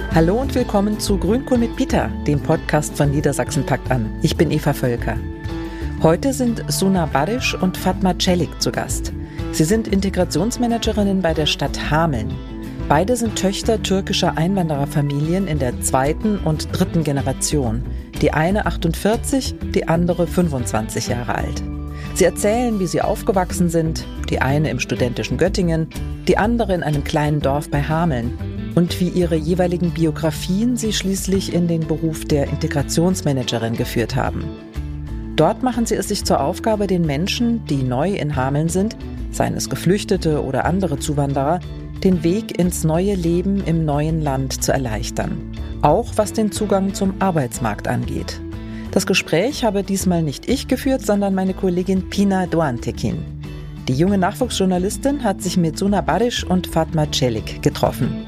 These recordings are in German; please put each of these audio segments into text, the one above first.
Hallo und willkommen zu Grünkohl mit Peter, dem Podcast von Niedersachsen packt an. Ich bin Eva Völker. Heute sind Suna Barisch und Fatma Çelik zu Gast. Sie sind Integrationsmanagerinnen bei der Stadt Hameln. Beide sind Töchter türkischer Einwandererfamilien in der 2. und 3. Generation. Die eine 48, die andere 25 Jahre alt. Sie erzählen, wie sie aufgewachsen sind, die eine im studentischen Göttingen, die andere in einem kleinen Dorf bei Hameln. Und wie ihre jeweiligen Biografien sie schließlich in den Beruf der Integrationsmanagerin geführt haben. Dort machen sie es sich zur Aufgabe, den Menschen, die neu in Hameln sind, seien es Geflüchtete oder andere Zuwanderer, den Weg ins neue Leben im neuen Land zu erleichtern. Auch was den Zugang zum Arbeitsmarkt angeht. Das Gespräch habe diesmal nicht ich geführt, sondern meine Kollegin Pina Doğantekin. Die junge Nachwuchsjournalistin hat sich mit Suna Barisch und Fatma Çelik getroffen.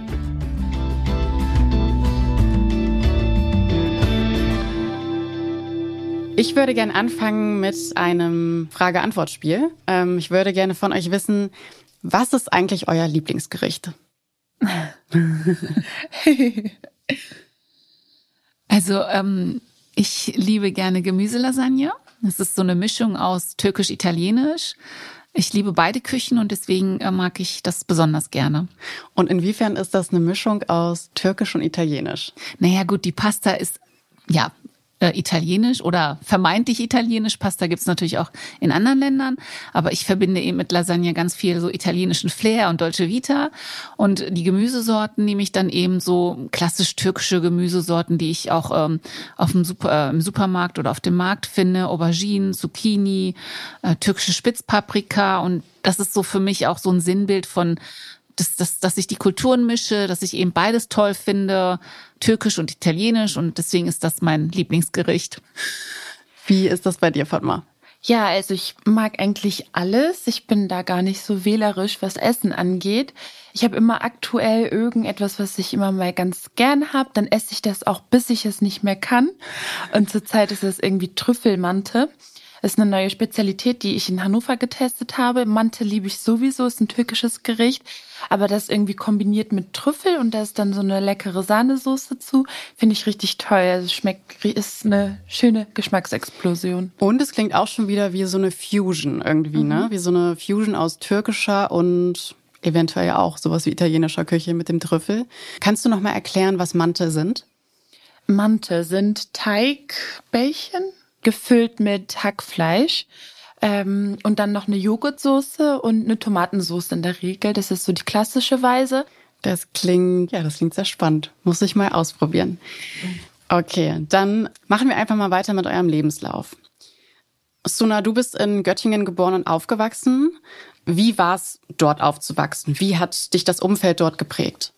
Ich würde gerne anfangen mit einem Frage-Antwort-Spiel. Ich würde gerne von euch wissen, was ist eigentlich euer Lieblingsgericht? Also, ich liebe gerne Gemüselasagne. Das ist so eine Mischung aus türkisch-italienisch. Ich liebe beide Küchen und deswegen mag ich das besonders gerne. Und inwiefern ist das eine Mischung aus türkisch und italienisch? Naja gut, die Pasta ist italienisch oder vermeintlich italienisch. Pasta gibt's natürlich auch in anderen Ländern. Aber ich verbinde eben mit Lasagne ganz viel so italienischen Flair und Dolce Vita. Und die Gemüsesorten nehme ich dann eben so klassisch türkische Gemüsesorten, die ich auch im Supermarkt oder auf dem Markt finde. Auberginen, Zucchini, türkische Spitzpaprika. Und das ist so für mich auch so ein Sinnbild von dass ich die Kulturen mische, dass ich eben beides toll finde, türkisch und italienisch, und deswegen ist das mein Lieblingsgericht. Wie ist das bei dir, Fatma? Ja, also ich mag eigentlich alles. Ich bin da gar nicht so wählerisch, was Essen angeht. Ich habe immer aktuell irgendetwas, was ich immer mal ganz gern habe. Dann esse ich das auch, bis ich es nicht mehr kann. Und zurzeit ist es irgendwie Trüffelmante. Das ist eine neue Spezialität, die ich in Hannover getestet habe. Mante liebe ich sowieso, ist ein türkisches Gericht. Aber das irgendwie kombiniert mit Trüffel und da ist dann so eine leckere Sahnesoße zu, finde ich richtig toll. Also ist eine schöne Geschmacksexplosion. Und es klingt auch schon wieder wie so eine Fusion irgendwie, ne? Wie so eine Fusion aus türkischer und eventuell auch sowas wie italienischer Küche mit dem Trüffel. Kannst du noch mal erklären, was Mante sind? Mante sind Teigbällchen, gefüllt mit Hackfleisch und dann noch eine Joghurtsoße und eine Tomatensoße in der Regel. Das ist so die klassische Weise. Das klingt sehr spannend. Muss ich mal ausprobieren. Okay, dann machen wir einfach mal weiter mit eurem Lebenslauf. Suna, du bist in Göttingen geboren und aufgewachsen. Wie war es, dort aufzuwachsen? Wie hat dich das Umfeld dort geprägt?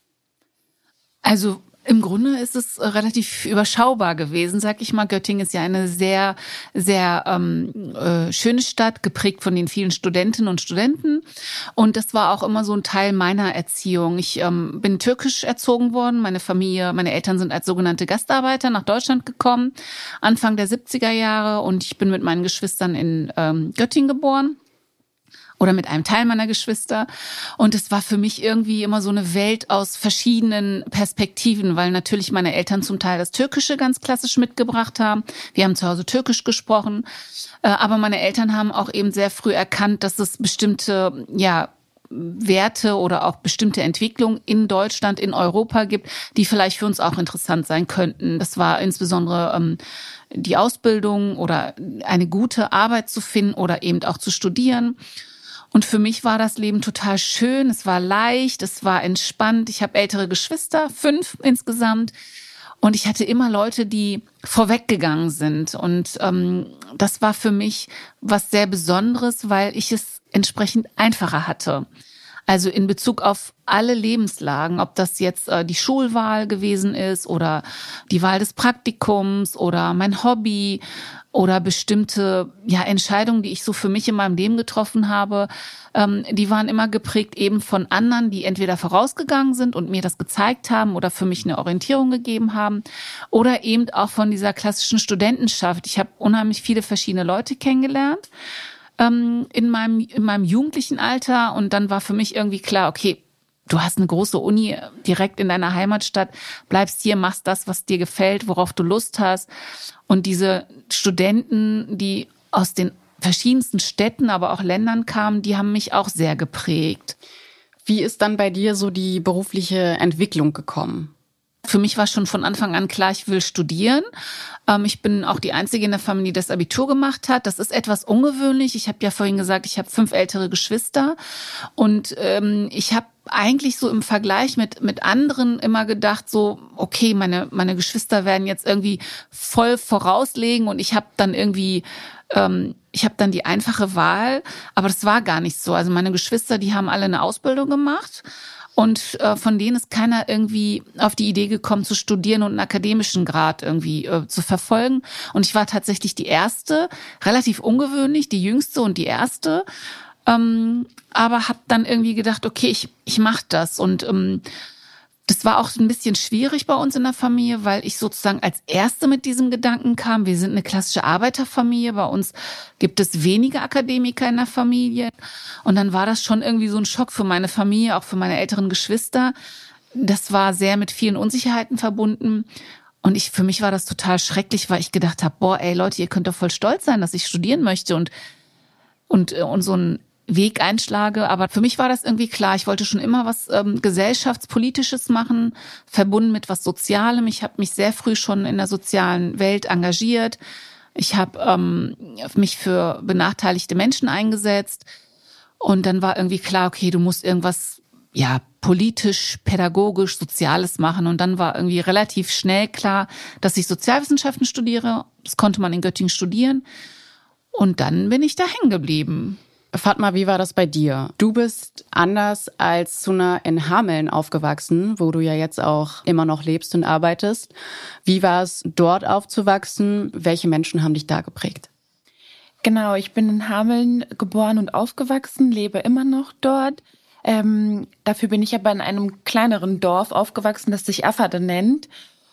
Also im Grunde ist es relativ überschaubar gewesen, sag ich mal. Göttingen ist ja eine sehr, sehr schöne Stadt, geprägt von den vielen Studentinnen und Studenten. Und das war auch immer so ein Teil meiner Erziehung. Ich bin türkisch erzogen worden. Meine Eltern sind als sogenannte Gastarbeiter nach Deutschland gekommen, Anfang der 70er Jahre. Und ich bin mit meinen Geschwistern in Göttingen geboren. Oder mit einem Teil meiner Geschwister. Und es war für mich irgendwie immer so eine Welt aus verschiedenen Perspektiven, weil natürlich meine Eltern zum Teil das Türkische ganz klassisch mitgebracht haben. Wir haben zu Hause Türkisch gesprochen. Aber meine Eltern haben auch eben sehr früh erkannt, dass es bestimmte, Werte oder auch bestimmte Entwicklungen in Deutschland, in Europa gibt, die vielleicht für uns auch interessant sein könnten. Das war insbesondere die Ausbildung oder eine gute Arbeit zu finden oder eben auch zu studieren. Und für mich war das Leben total schön, es war leicht, es war entspannt. Ich habe ältere Geschwister, 5 insgesamt. Und ich hatte immer Leute, die vorweggegangen sind. Und das war für mich was sehr Besonderes, weil ich es entsprechend einfacher hatte. Also in Bezug auf alle Lebenslagen, ob das jetzt die Schulwahl gewesen ist oder die Wahl des Praktikums oder mein Hobby oder bestimmte Entscheidungen, die ich so für mich in meinem Leben getroffen habe, die waren immer geprägt eben von anderen, die entweder vorausgegangen sind und mir das gezeigt haben oder für mich eine Orientierung gegeben haben oder eben auch von dieser klassischen Studentenschaft. Ich habe unheimlich viele verschiedene Leute kennengelernt in meinem jugendlichen Alter und dann war für mich irgendwie klar, okay, du hast eine große Uni direkt in deiner Heimatstadt, bleibst hier, machst das, was dir gefällt, worauf du Lust hast. Und diese Studenten, die aus den verschiedensten Städten, aber auch Ländern kamen, die haben mich auch sehr geprägt. Wie ist dann bei dir so die berufliche Entwicklung gekommen? Für mich war schon von Anfang an klar, ich will studieren. Ich bin auch die Einzige in der Familie, die das Abitur gemacht hat. Das ist etwas ungewöhnlich. Ich habe ja vorhin gesagt, ich habe 5 ältere Geschwister. Und ich habe eigentlich so im Vergleich mit anderen immer gedacht, so, okay, meine Geschwister werden jetzt irgendwie voll vorauslegen und ich habe dann irgendwie, ich habe dann die einfache Wahl. Aber das war gar nicht so. Also meine Geschwister, die haben alle eine Ausbildung gemacht. Und von denen ist keiner irgendwie auf die Idee gekommen, zu studieren und einen akademischen Grad irgendwie zu verfolgen. Und ich war tatsächlich die Erste, relativ ungewöhnlich, die Jüngste und die Erste. Aber habe dann irgendwie gedacht, okay, ich mache das. Und das war auch ein bisschen schwierig bei uns in der Familie, weil ich sozusagen als Erste mit diesem Gedanken kam. Wir sind eine klassische Arbeiterfamilie. Bei uns gibt es wenige Akademiker in der Familie. Und dann war das schon irgendwie so ein Schock für meine Familie, auch für meine älteren Geschwister. Das war sehr mit vielen Unsicherheiten verbunden. Und für mich war das total schrecklich, weil ich gedacht habe, boah, ey Leute, ihr könnt doch voll stolz sein, dass ich studieren möchte und so einen Weg einschlage. Aber für mich war das irgendwie klar. Ich wollte schon immer was Gesellschaftspolitisches machen, verbunden mit was Sozialem. Ich habe mich sehr früh schon in der sozialen Welt engagiert. Ich habe mich für benachteiligte Menschen eingesetzt. Und dann war irgendwie klar, okay, du musst irgendwas politisch, pädagogisch, Soziales machen. Und dann war irgendwie relativ schnell klar, dass ich Sozialwissenschaften studiere. Das konnte man in Göttingen studieren. Und dann bin ich da hängen geblieben. Fatma, wie war das bei dir? Du bist anders als Suna in Hameln aufgewachsen, wo du ja jetzt auch immer noch lebst und arbeitest. Wie war es, dort aufzuwachsen? Welche Menschen haben dich da geprägt? Genau, ich bin in Hameln geboren und aufgewachsen, lebe immer noch dort. Dafür bin ich aber in einem kleineren Dorf aufgewachsen, das sich Afferde nennt.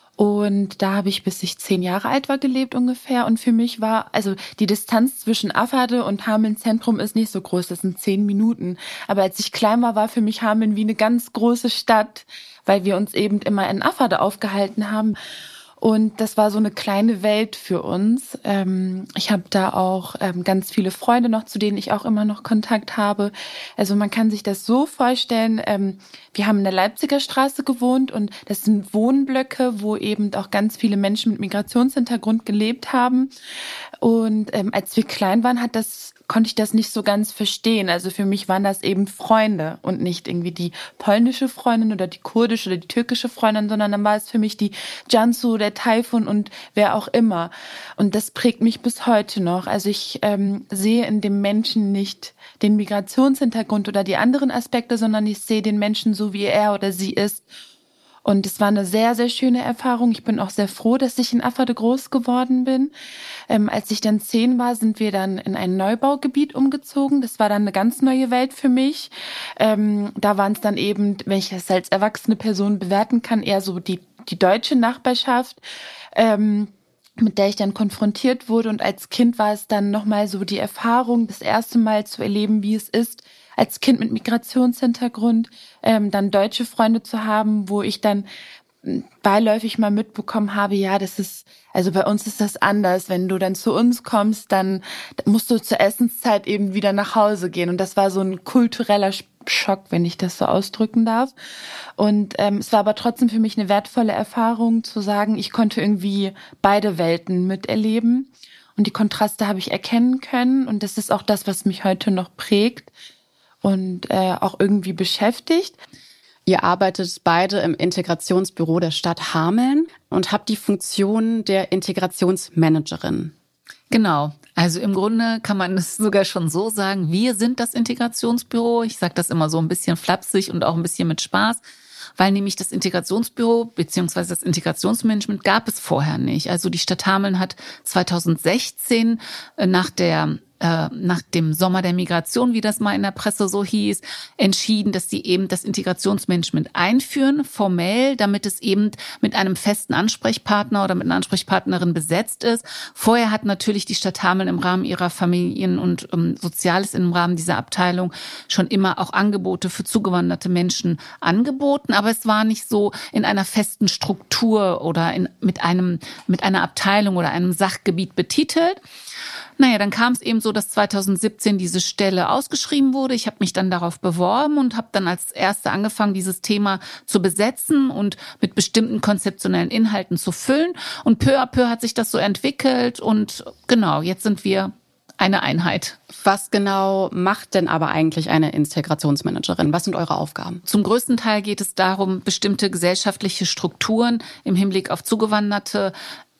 Und da habe ich, bis ich 10 Jahre alt war, gelebt ungefähr. Und für mich war, also die Distanz zwischen Afferde und Hameln Zentrum ist nicht so groß, das sind 10 Minuten. Aber als ich klein war für mich Hameln wie eine ganz große Stadt, weil wir uns eben immer in Afferde aufgehalten haben. Und das war so eine kleine Welt für uns. Ich habe da auch ganz viele Freunde noch, zu denen ich auch immer noch Kontakt habe. Also man kann sich das so vorstellen, wir haben in der Leipziger Straße gewohnt und das sind Wohnblöcke, wo eben auch ganz viele Menschen mit Migrationshintergrund gelebt haben. Und als wir klein waren, konnte ich das nicht so ganz verstehen. Also für mich waren das eben Freunde und nicht irgendwie die polnische Freundin oder die kurdische oder die türkische Freundin, sondern dann war es für mich die Cansu, der Taifun und wer auch immer. Und das prägt mich bis heute noch. Also ich sehe in dem Menschen nicht den Migrationshintergrund oder die anderen Aspekte, sondern ich sehe den Menschen so, wie er oder sie ist. Und es war eine sehr, sehr schöne Erfahrung. Ich bin auch sehr froh, dass ich in Afferde groß geworden bin. Als ich dann 10 war, sind wir dann in ein Neubaugebiet umgezogen. Das war dann eine ganz neue Welt für mich. Da waren es dann eben, wenn ich das als erwachsene Person bewerten kann, eher so die deutsche Nachbarschaft, mit der ich dann konfrontiert wurde. Und als Kind war es dann nochmal so die Erfahrung, das erste Mal zu erleben, wie es ist, als Kind mit Migrationshintergrund, dann deutsche Freunde zu haben, wo ich dann beiläufig mal mitbekommen habe, ja, also bei uns ist das anders. Wenn du dann zu uns kommst, dann musst du zur Essenszeit eben wieder nach Hause gehen. Und das war so ein kultureller Schock, wenn ich das so ausdrücken darf. Und es war aber trotzdem für mich eine wertvolle Erfahrung zu sagen, ich konnte irgendwie beide Welten miterleben. Und die Kontraste habe ich erkennen können. Und das ist auch das, was mich heute noch prägt und auch irgendwie beschäftigt. Ihr arbeitet beide im Integrationsbüro der Stadt Hameln und habt die Funktion der Integrationsmanagerin. Genau. Also im Grunde kann man es sogar schon so sagen, wir sind das Integrationsbüro. Ich sage das immer so ein bisschen flapsig und auch ein bisschen mit Spaß, weil nämlich das Integrationsbüro bzw. das Integrationsmanagement gab es vorher nicht. Also die Stadt Hameln hat 2016 nach der nach dem Sommer der Migration, wie das mal in der Presse so hieß, entschieden, dass sie eben das Integrationsmanagement einführen, formell, damit es eben mit einem festen Ansprechpartner oder mit einer Ansprechpartnerin besetzt ist. Vorher hat natürlich die Stadt Hameln im Rahmen ihrer Familien- und Soziales im Rahmen dieser Abteilung schon immer auch Angebote für zugewanderte Menschen angeboten, aber es war nicht so in einer festen Struktur oder mit einer Abteilung oder einem Sachgebiet betitelt. Naja, dann kam es eben so, dass 2017 diese Stelle ausgeschrieben wurde. Ich habe mich dann darauf beworben und habe dann als Erste angefangen, dieses Thema zu besetzen und mit bestimmten konzeptionellen Inhalten zu füllen. Und peu à peu hat sich das so entwickelt und genau, jetzt sind wir eine Einheit. Was genau macht denn aber eigentlich eine Integrationsmanagerin? Was sind eure Aufgaben? Zum größten Teil geht es darum, bestimmte gesellschaftliche Strukturen im Hinblick auf Zugewanderte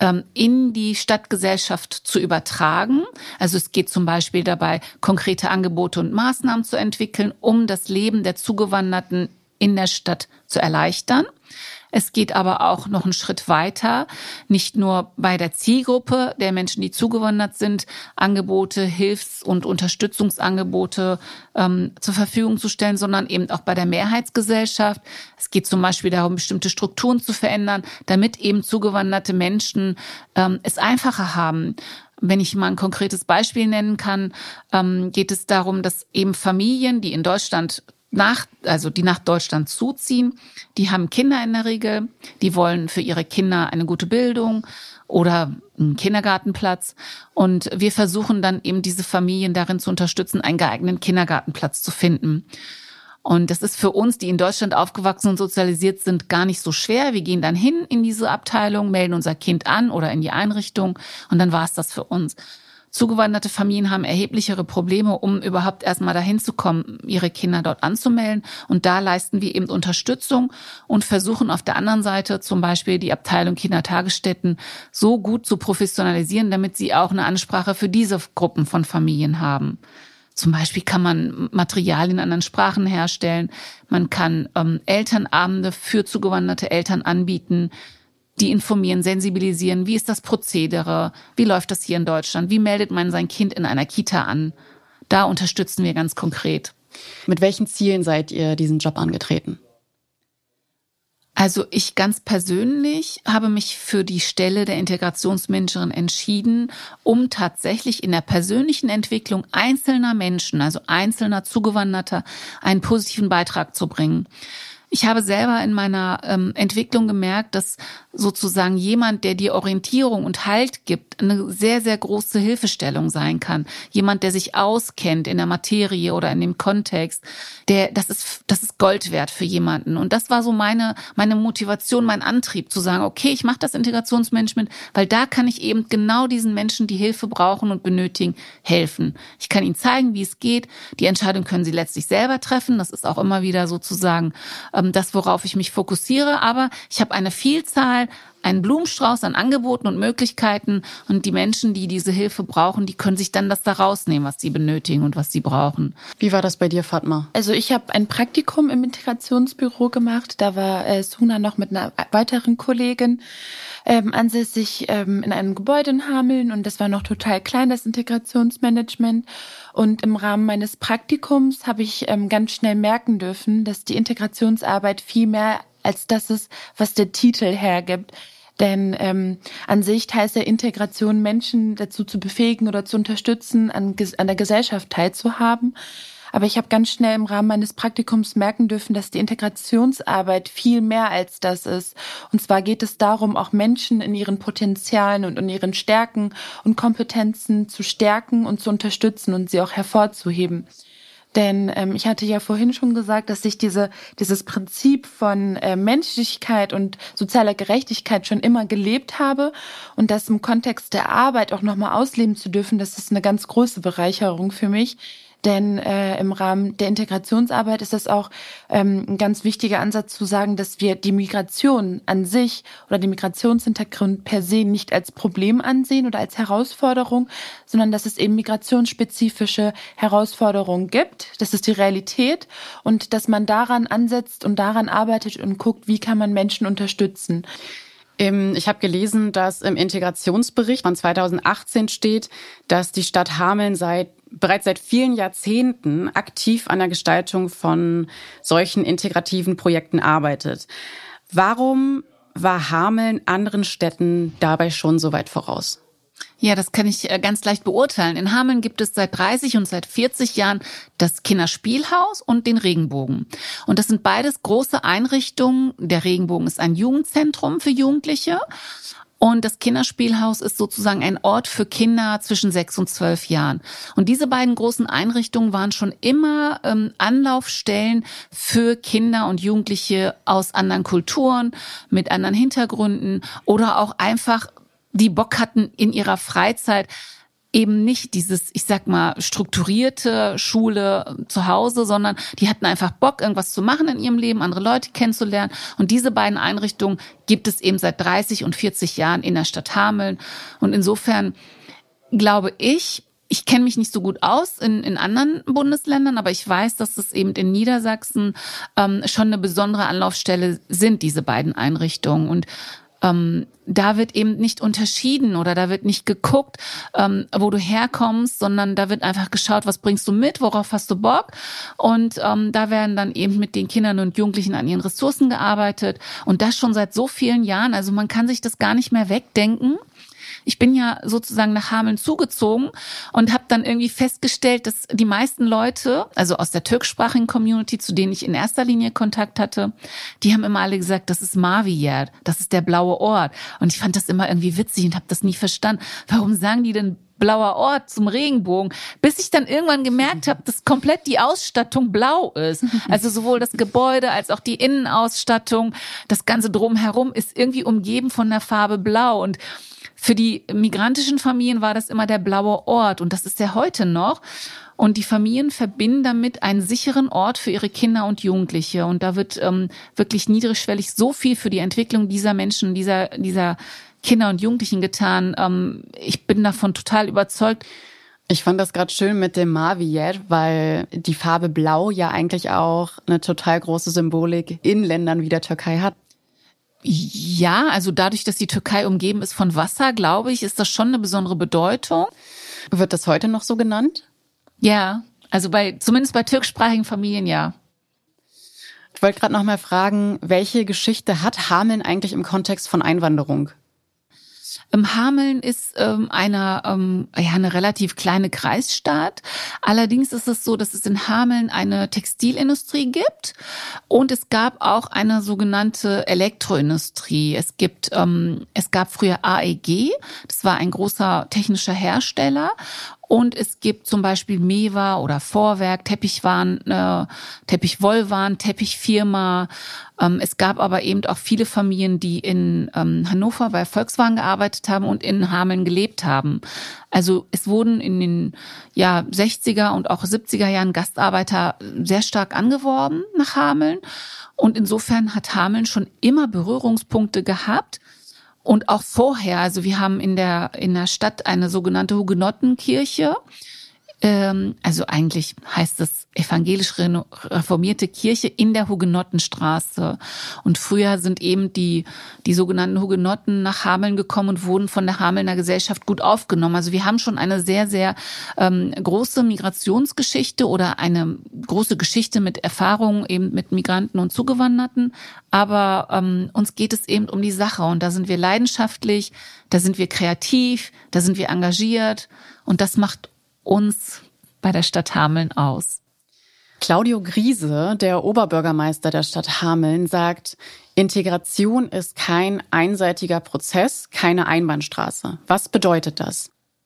in die Stadtgesellschaft zu übertragen. Also es geht zum Beispiel dabei, konkrete Angebote und Maßnahmen zu entwickeln, um das Leben der Zugewanderten in der Stadt zu erleichtern. Es geht aber auch noch einen Schritt weiter, nicht nur bei der Zielgruppe der Menschen, die zugewandert sind, Angebote, Hilfs- und Unterstützungsangebote zur Verfügung zu stellen, sondern eben auch bei der Mehrheitsgesellschaft. Es geht zum Beispiel darum, bestimmte Strukturen zu verändern, damit eben zugewanderte Menschen es einfacher haben. Wenn ich mal ein konkretes Beispiel nennen kann, geht es darum, dass eben Familien, die in Deutschland die nach Deutschland zuziehen, die haben Kinder in der Regel, die wollen für ihre Kinder eine gute Bildung oder einen Kindergartenplatz. Und wir versuchen dann eben diese Familien darin zu unterstützen, einen geeigneten Kindergartenplatz zu finden. Und das ist für uns, die in Deutschland aufgewachsen und sozialisiert sind, gar nicht so schwer. Wir gehen dann hin in diese Abteilung, melden unser Kind an oder in die Einrichtung und dann war es das für uns. Zugewanderte Familien haben erheblichere Probleme, um überhaupt erstmal dahin zu kommen, ihre Kinder dort anzumelden. Und da leisten wir eben Unterstützung und versuchen auf der anderen Seite zum Beispiel die Abteilung Kindertagesstätten so gut zu professionalisieren, damit sie auch eine Ansprache für diese Gruppen von Familien haben. Zum Beispiel kann man Materialien in anderen Sprachen herstellen. Man kann Elternabende für zugewanderte Eltern anbieten, die informieren, sensibilisieren, wie ist das Prozedere, wie läuft das hier in Deutschland, wie meldet man sein Kind in einer Kita an. Da unterstützen wir ganz konkret. Mit welchen Zielen seid ihr diesen Job angetreten? Also ich ganz persönlich habe mich für die Stelle der Integrationsmanagerin entschieden, um tatsächlich in der persönlichen Entwicklung einzelner Menschen, also einzelner Zugewanderter, einen positiven Beitrag zu bringen. Ich habe selber in meiner Entwicklung gemerkt, dass sozusagen jemand, der dir Orientierung und Halt gibt, eine sehr, sehr große Hilfestellung sein kann. Jemand, der sich auskennt in der Materie oder in dem Kontext, das ist Gold wert für jemanden. Und das war so meine Motivation, mein Antrieb, zu sagen, okay, ich mache das Integrationsmanagement, weil da kann ich eben genau diesen Menschen, die Hilfe brauchen und benötigen, helfen. Ich kann ihnen zeigen, wie es geht. Die Entscheidung können sie letztlich selber treffen. Das ist auch immer wieder sozusagen das, worauf ich mich fokussiere. Aber ich habe eine Vielzahl, einen Blumenstrauß an Angeboten und Möglichkeiten. Und die Menschen, die diese Hilfe brauchen, die können sich dann das da rausnehmen, was sie benötigen und was sie brauchen. Wie war das bei dir, Fatma? Also ich habe ein Praktikum im Integrationsbüro gemacht. Da war Suna noch mit einer weiteren Kollegin ansässig in einem Gebäude in Hameln. Und das war noch total klein, das Integrationsmanagement. Und im Rahmen meines Praktikums habe ich ganz schnell merken dürfen, dass die Integrationsarbeit viel mehr als das ist, was der Titel hergibt. Denn an sich heißt ja Integration, Menschen dazu zu befähigen oder zu unterstützen, an der Gesellschaft teilzuhaben. Aber ich habe ganz schnell im Rahmen meines Praktikums merken dürfen, dass die Integrationsarbeit viel mehr als das ist. Und zwar geht es darum, auch Menschen in ihren Potenzialen und in ihren Stärken und Kompetenzen zu stärken und zu unterstützen und sie auch hervorzuheben. Denn ich hatte ja vorhin schon gesagt, dass ich dieses Prinzip von Menschlichkeit und sozialer Gerechtigkeit schon immer gelebt habe und das im Kontext der Arbeit auch nochmal ausleben zu dürfen, das ist eine ganz große Bereicherung für mich. Denn im Rahmen der Integrationsarbeit ist es auch ein ganz wichtiger Ansatz zu sagen, dass wir die Migration an sich oder den Migrationshintergrund per se nicht als Problem ansehen oder als Herausforderung, sondern dass es eben migrationsspezifische Herausforderungen gibt. Das ist die Realität und dass man daran ansetzt und daran arbeitet und guckt, wie kann man Menschen unterstützen. Ich habe gelesen, dass im Integrationsbericht von 2018 steht, dass die Stadt Hameln bereits seit vielen Jahrzehnten aktiv an der Gestaltung von solchen integrativen Projekten arbeitet. Warum war Hameln anderen Städten dabei schon so weit voraus? Ja, das kann ich ganz leicht beurteilen. In Hameln gibt es seit 30 und seit 40 Jahren das Kinderspielhaus und den Regenbogen. Und das sind beides große Einrichtungen. Der Regenbogen ist ein Jugendzentrum für Jugendliche. Und das Kinderspielhaus ist sozusagen ein Ort für Kinder zwischen 6 und 12 Jahren. Und diese beiden großen Einrichtungen waren schon immer Anlaufstellen für Kinder und Jugendliche aus anderen Kulturen, mit anderen Hintergründen oder auch einfach die Bock hatten in ihrer Freizeit eben nicht dieses, ich sag mal, strukturierte Schule zu Hause, sondern die hatten einfach Bock, irgendwas zu machen in ihrem Leben, andere Leute kennenzulernen. Und diese beiden Einrichtungen gibt es eben seit 30 und 40 Jahren in der Stadt Hameln. Und insofern glaube ich kenne mich nicht so gut aus in anderen Bundesländern, aber ich weiß, dass es eben in Niedersachsen schon eine besondere Anlaufstelle sind, diese beiden Einrichtungen. Und da wird eben nicht unterschieden oder da wird nicht geguckt, wo du herkommst, sondern da wird einfach geschaut, was bringst du mit, worauf hast du Bock. Und da werden dann eben mit den Kindern und Jugendlichen an ihren Ressourcen gearbeitet und das schon seit so vielen Jahren. Also man kann sich das gar nicht mehr wegdenken. Ich bin ja sozusagen nach Hameln zugezogen und habe dann irgendwie festgestellt, dass die meisten Leute, also aus der türkischsprachigen Community, zu denen ich in erster Linie Kontakt hatte, die haben immer alle gesagt, das ist Mavi Yer, das ist der blaue Ort. Und ich fand das immer irgendwie witzig und habe das nie verstanden. Warum sagen die denn blauer Ort zum Regenbogen? Bis ich dann irgendwann gemerkt habe, dass komplett die Ausstattung blau ist. Also sowohl das Gebäude als auch die Innenausstattung, das Ganze drumherum ist irgendwie umgeben von der Farbe blau. Und für die migrantischen Familien war das immer der blaue Ort und das ist ja heute noch. Und die Familien verbinden damit einen sicheren Ort für ihre Kinder und Jugendliche. Und da wird wirklich niedrigschwellig so viel für die Entwicklung dieser Menschen, dieser Kinder und Jugendlichen getan. Ich bin davon total überzeugt. Ich fand das gerade schön mit dem Mavi Yer, weil die Farbe Blau ja eigentlich auch eine total große Symbolik in Ländern wie der Türkei hat. Ja, also dadurch, dass die Türkei umgeben ist von Wasser, glaube ich, ist das schon eine besondere Bedeutung. Wird das heute noch so genannt? Ja, also zumindest bei türkischsprachigen Familien, ja. Ich wollte gerade noch mal fragen, welche Geschichte hat Hameln eigentlich im Kontext von Einwanderung? Hameln ist eine relativ kleine Kreisstadt. Allerdings ist es so, dass es in Hameln eine Textilindustrie gibt und es gab auch eine sogenannte Elektroindustrie. Es gab früher AEG, das war ein großer technischer Hersteller. Und es gibt zum Beispiel Mewa oder Vorwerk, Teppichwaren, Teppichwollwaren, Teppichfirma. Es gab aber eben auch viele Familien, die in Hannover bei Volkswagen gearbeitet haben und in Hameln gelebt haben. Also es wurden in den 60er und auch 70er Jahren Gastarbeiter sehr stark angeworben nach Hameln. Und insofern hat Hameln schon immer Berührungspunkte gehabt. Und auch vorher, also wir haben in der Stadt eine sogenannte Hugenottenkirche. Also eigentlich heißt es evangelisch reformierte Kirche in der Hugenottenstraße. Und früher sind eben die sogenannten Hugenotten nach Hameln gekommen und wurden von der Hamelner Gesellschaft gut aufgenommen. Also wir haben schon eine sehr, sehr große Migrationsgeschichte oder eine große Geschichte mit Erfahrungen eben mit Migranten und Zugewanderten. Aber uns geht es eben um die Sache und da sind wir leidenschaftlich, da sind wir kreativ, da sind wir engagiert und das macht uns bei der Stadt Hameln aus. Claudio Griese, der Oberbürgermeister der Stadt Hameln, sagt, Integration ist kein einseitiger Prozess, keine Einbahnstraße. Was bedeutet das?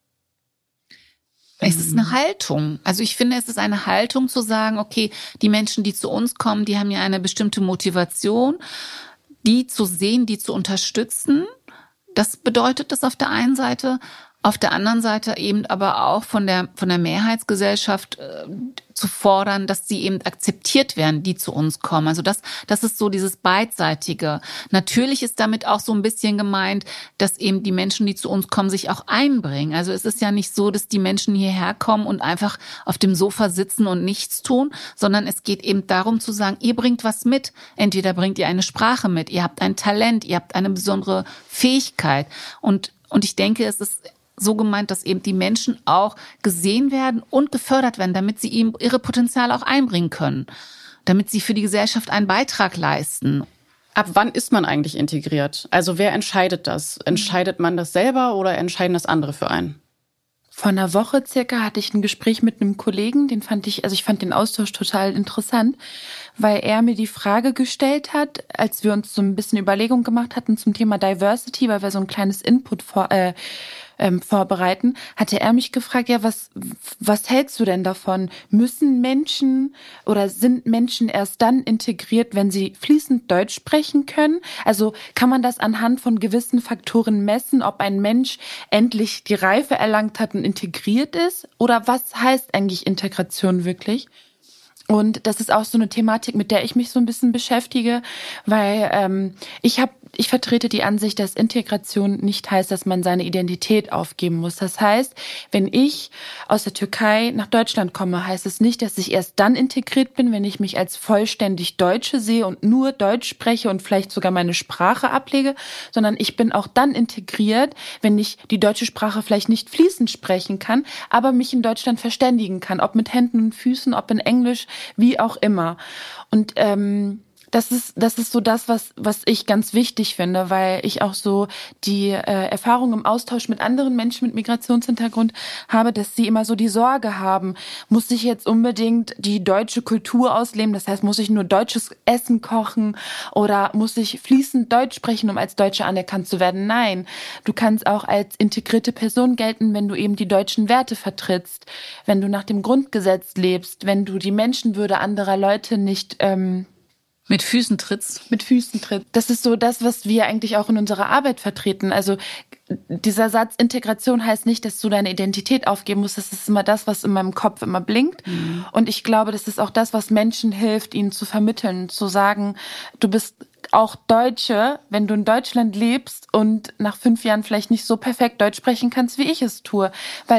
Es ist eine Haltung. Also ich finde, es ist eine Haltung zu sagen, okay, die Menschen, die zu uns kommen, die haben ja eine bestimmte Motivation, die zu sehen, die zu unterstützen. Das bedeutet das auf der einen Seite. Auf der anderen Seite eben aber auch von der Mehrheitsgesellschaft zu fordern, dass sie eben akzeptiert werden, die zu uns kommen. Also das ist so dieses Beidseitige. Natürlich ist damit auch so ein bisschen gemeint, dass eben die Menschen, die zu uns kommen, sich auch einbringen. Also es ist ja nicht so, dass die Menschen hierher kommen und einfach auf dem Sofa sitzen und nichts tun, sondern es geht eben darum zu sagen, ihr bringt was mit. Entweder bringt ihr eine Sprache mit, ihr habt ein Talent, ihr habt eine besondere Fähigkeit. Und ich denke, es ist so gemeint, dass eben die Menschen auch gesehen werden und gefördert werden, damit sie eben ihre Potenziale auch einbringen können, damit sie für die Gesellschaft einen Beitrag leisten. Ab wann ist man eigentlich integriert? Also wer entscheidet das? Entscheidet man das selber oder entscheiden das andere für einen? Vor einer Woche circa hatte ich ein Gespräch mit einem Kollegen, ich fand den Austausch total interessant, weil er mir die Frage gestellt hat, als wir uns so ein bisschen Überlegungen gemacht hatten zum Thema Diversity, weil wir so ein kleines Input vorbereiten, hatte er mich gefragt, ja, was hältst du denn davon? Müssen Menschen oder sind Menschen erst dann integriert, wenn sie fließend Deutsch sprechen können? Also kann man das anhand von gewissen Faktoren messen, ob ein Mensch endlich die Reife erlangt hat und integriert ist? Oder was heißt eigentlich Integration wirklich? Und das ist auch so eine Thematik, mit der ich mich so ein bisschen beschäftige, weil ich vertrete die Ansicht, dass Integration nicht heißt, dass man seine Identität aufgeben muss. Das heißt, wenn ich aus der Türkei nach Deutschland komme, heißt es nicht, dass ich erst dann integriert bin, wenn ich mich als vollständig Deutsche sehe und nur Deutsch spreche und vielleicht sogar meine Sprache ablege, sondern ich bin auch dann integriert, wenn ich die deutsche Sprache vielleicht nicht fließend sprechen kann, aber mich in Deutschland verständigen kann, ob mit Händen und Füßen, ob in Englisch, wie auch immer. Und das ist so das, was ich ganz wichtig finde, weil ich auch so die Erfahrung im Austausch mit anderen Menschen mit Migrationshintergrund habe, dass sie immer so die Sorge haben, muss ich jetzt unbedingt die deutsche Kultur ausleben, das heißt, muss ich nur deutsches Essen kochen oder muss ich fließend Deutsch sprechen, um als Deutsche anerkannt zu werden? Nein, du kannst auch als integrierte Person gelten, wenn du eben die deutschen Werte vertrittst, wenn du nach dem Grundgesetz lebst, wenn du die Menschenwürde anderer Leute nicht Mit Füßen trittst. Mit Füßen tritt. Das ist so das, was wir eigentlich auch in unserer Arbeit vertreten. Also dieser Satz Integration heißt nicht, dass du deine Identität aufgeben musst. Das ist immer das, was in meinem Kopf immer blinkt. Mhm. Und ich glaube, das ist auch das, was Menschen hilft, ihnen zu vermitteln, zu sagen, du bist auch Deutsche, wenn du in Deutschland lebst und nach 5 Jahren vielleicht nicht so perfekt Deutsch sprechen kannst, wie ich es tue. Weil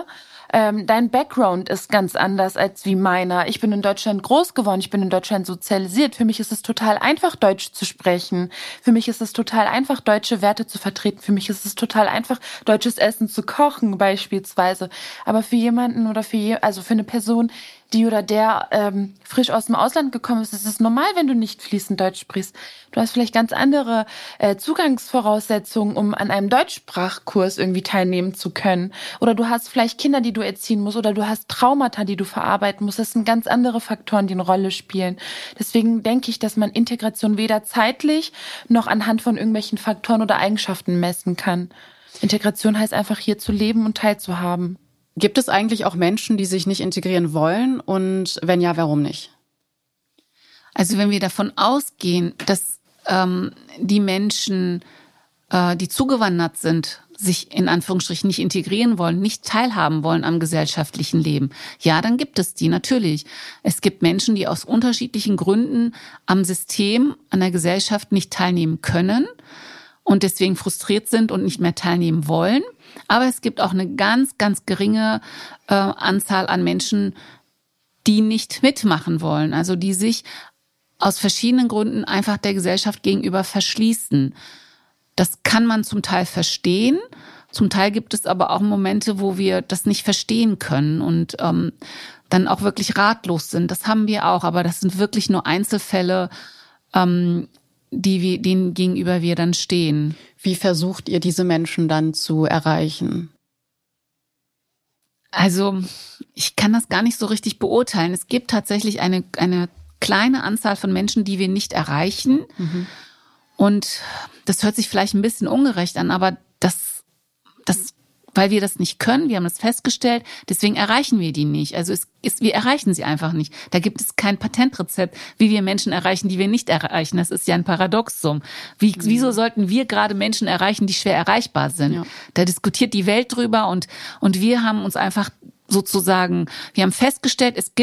dein Background ist ganz anders als wie meiner. Ich bin in Deutschland groß geworden, ich bin in Deutschland sozialisiert. Für mich ist es total einfach, Deutsch zu sprechen. Für mich ist es total einfach, deutsche Werte zu vertreten. Für mich ist es total einfach, deutsches Essen zu kochen beispielsweise. Aber für jemanden oder für eine Person, die oder der frisch aus dem Ausland gekommen ist, ist es normal, wenn du nicht fließend Deutsch sprichst. Du hast vielleicht ganz andere Zugangsvoraussetzungen, um an einem Deutschsprachkurs irgendwie teilnehmen zu können. Oder du hast vielleicht Kinder, die du erziehen musst, oder du hast Traumata, die du verarbeiten musst. Das sind ganz andere Faktoren, die eine Rolle spielen. Deswegen denke ich, dass man Integration weder zeitlich noch anhand von irgendwelchen Faktoren oder Eigenschaften messen kann. Integration heißt einfach, hier zu leben und teilzuhaben. Gibt es eigentlich auch Menschen, die sich nicht integrieren wollen? Und wenn ja, warum nicht? Also wenn wir davon ausgehen, dass die Menschen, die zugewandert sind, sich in Anführungsstrichen nicht integrieren wollen, nicht teilhaben wollen am gesellschaftlichen Leben, ja, dann gibt es die natürlich. Es gibt Menschen, die aus unterschiedlichen Gründen am System, an der Gesellschaft nicht teilnehmen können und deswegen frustriert sind und nicht mehr teilnehmen wollen. Aber es gibt auch eine ganz, ganz geringe Anzahl an Menschen, die nicht mitmachen wollen, also die sich aus verschiedenen Gründen einfach der Gesellschaft gegenüber verschließen. Das kann man zum Teil verstehen. Zum Teil gibt es aber auch Momente, wo wir das nicht verstehen können und dann auch wirklich ratlos sind. Das haben wir auch, aber das sind wirklich nur Einzelfälle, denen gegenüber wir dann stehen. Wie versucht ihr, diese Menschen dann zu erreichen? Also ich kann das gar nicht so richtig beurteilen. Es gibt tatsächlich eine kleine Anzahl von Menschen, die wir nicht erreichen. Mhm. Und das hört sich vielleicht ein bisschen ungerecht an, aber das, weil wir das nicht können, wir haben das festgestellt, deswegen erreichen wir die nicht. Also wir erreichen sie einfach nicht. Da gibt es kein Patentrezept, wie wir Menschen erreichen, die wir nicht erreichen. Das ist ja ein Paradoxum. Wieso sollten wir gerade Menschen erreichen, die schwer erreichbar sind? Ja. Da diskutiert die Welt drüber und wir haben uns einfach sozusagen, wir haben festgestellt, es gibt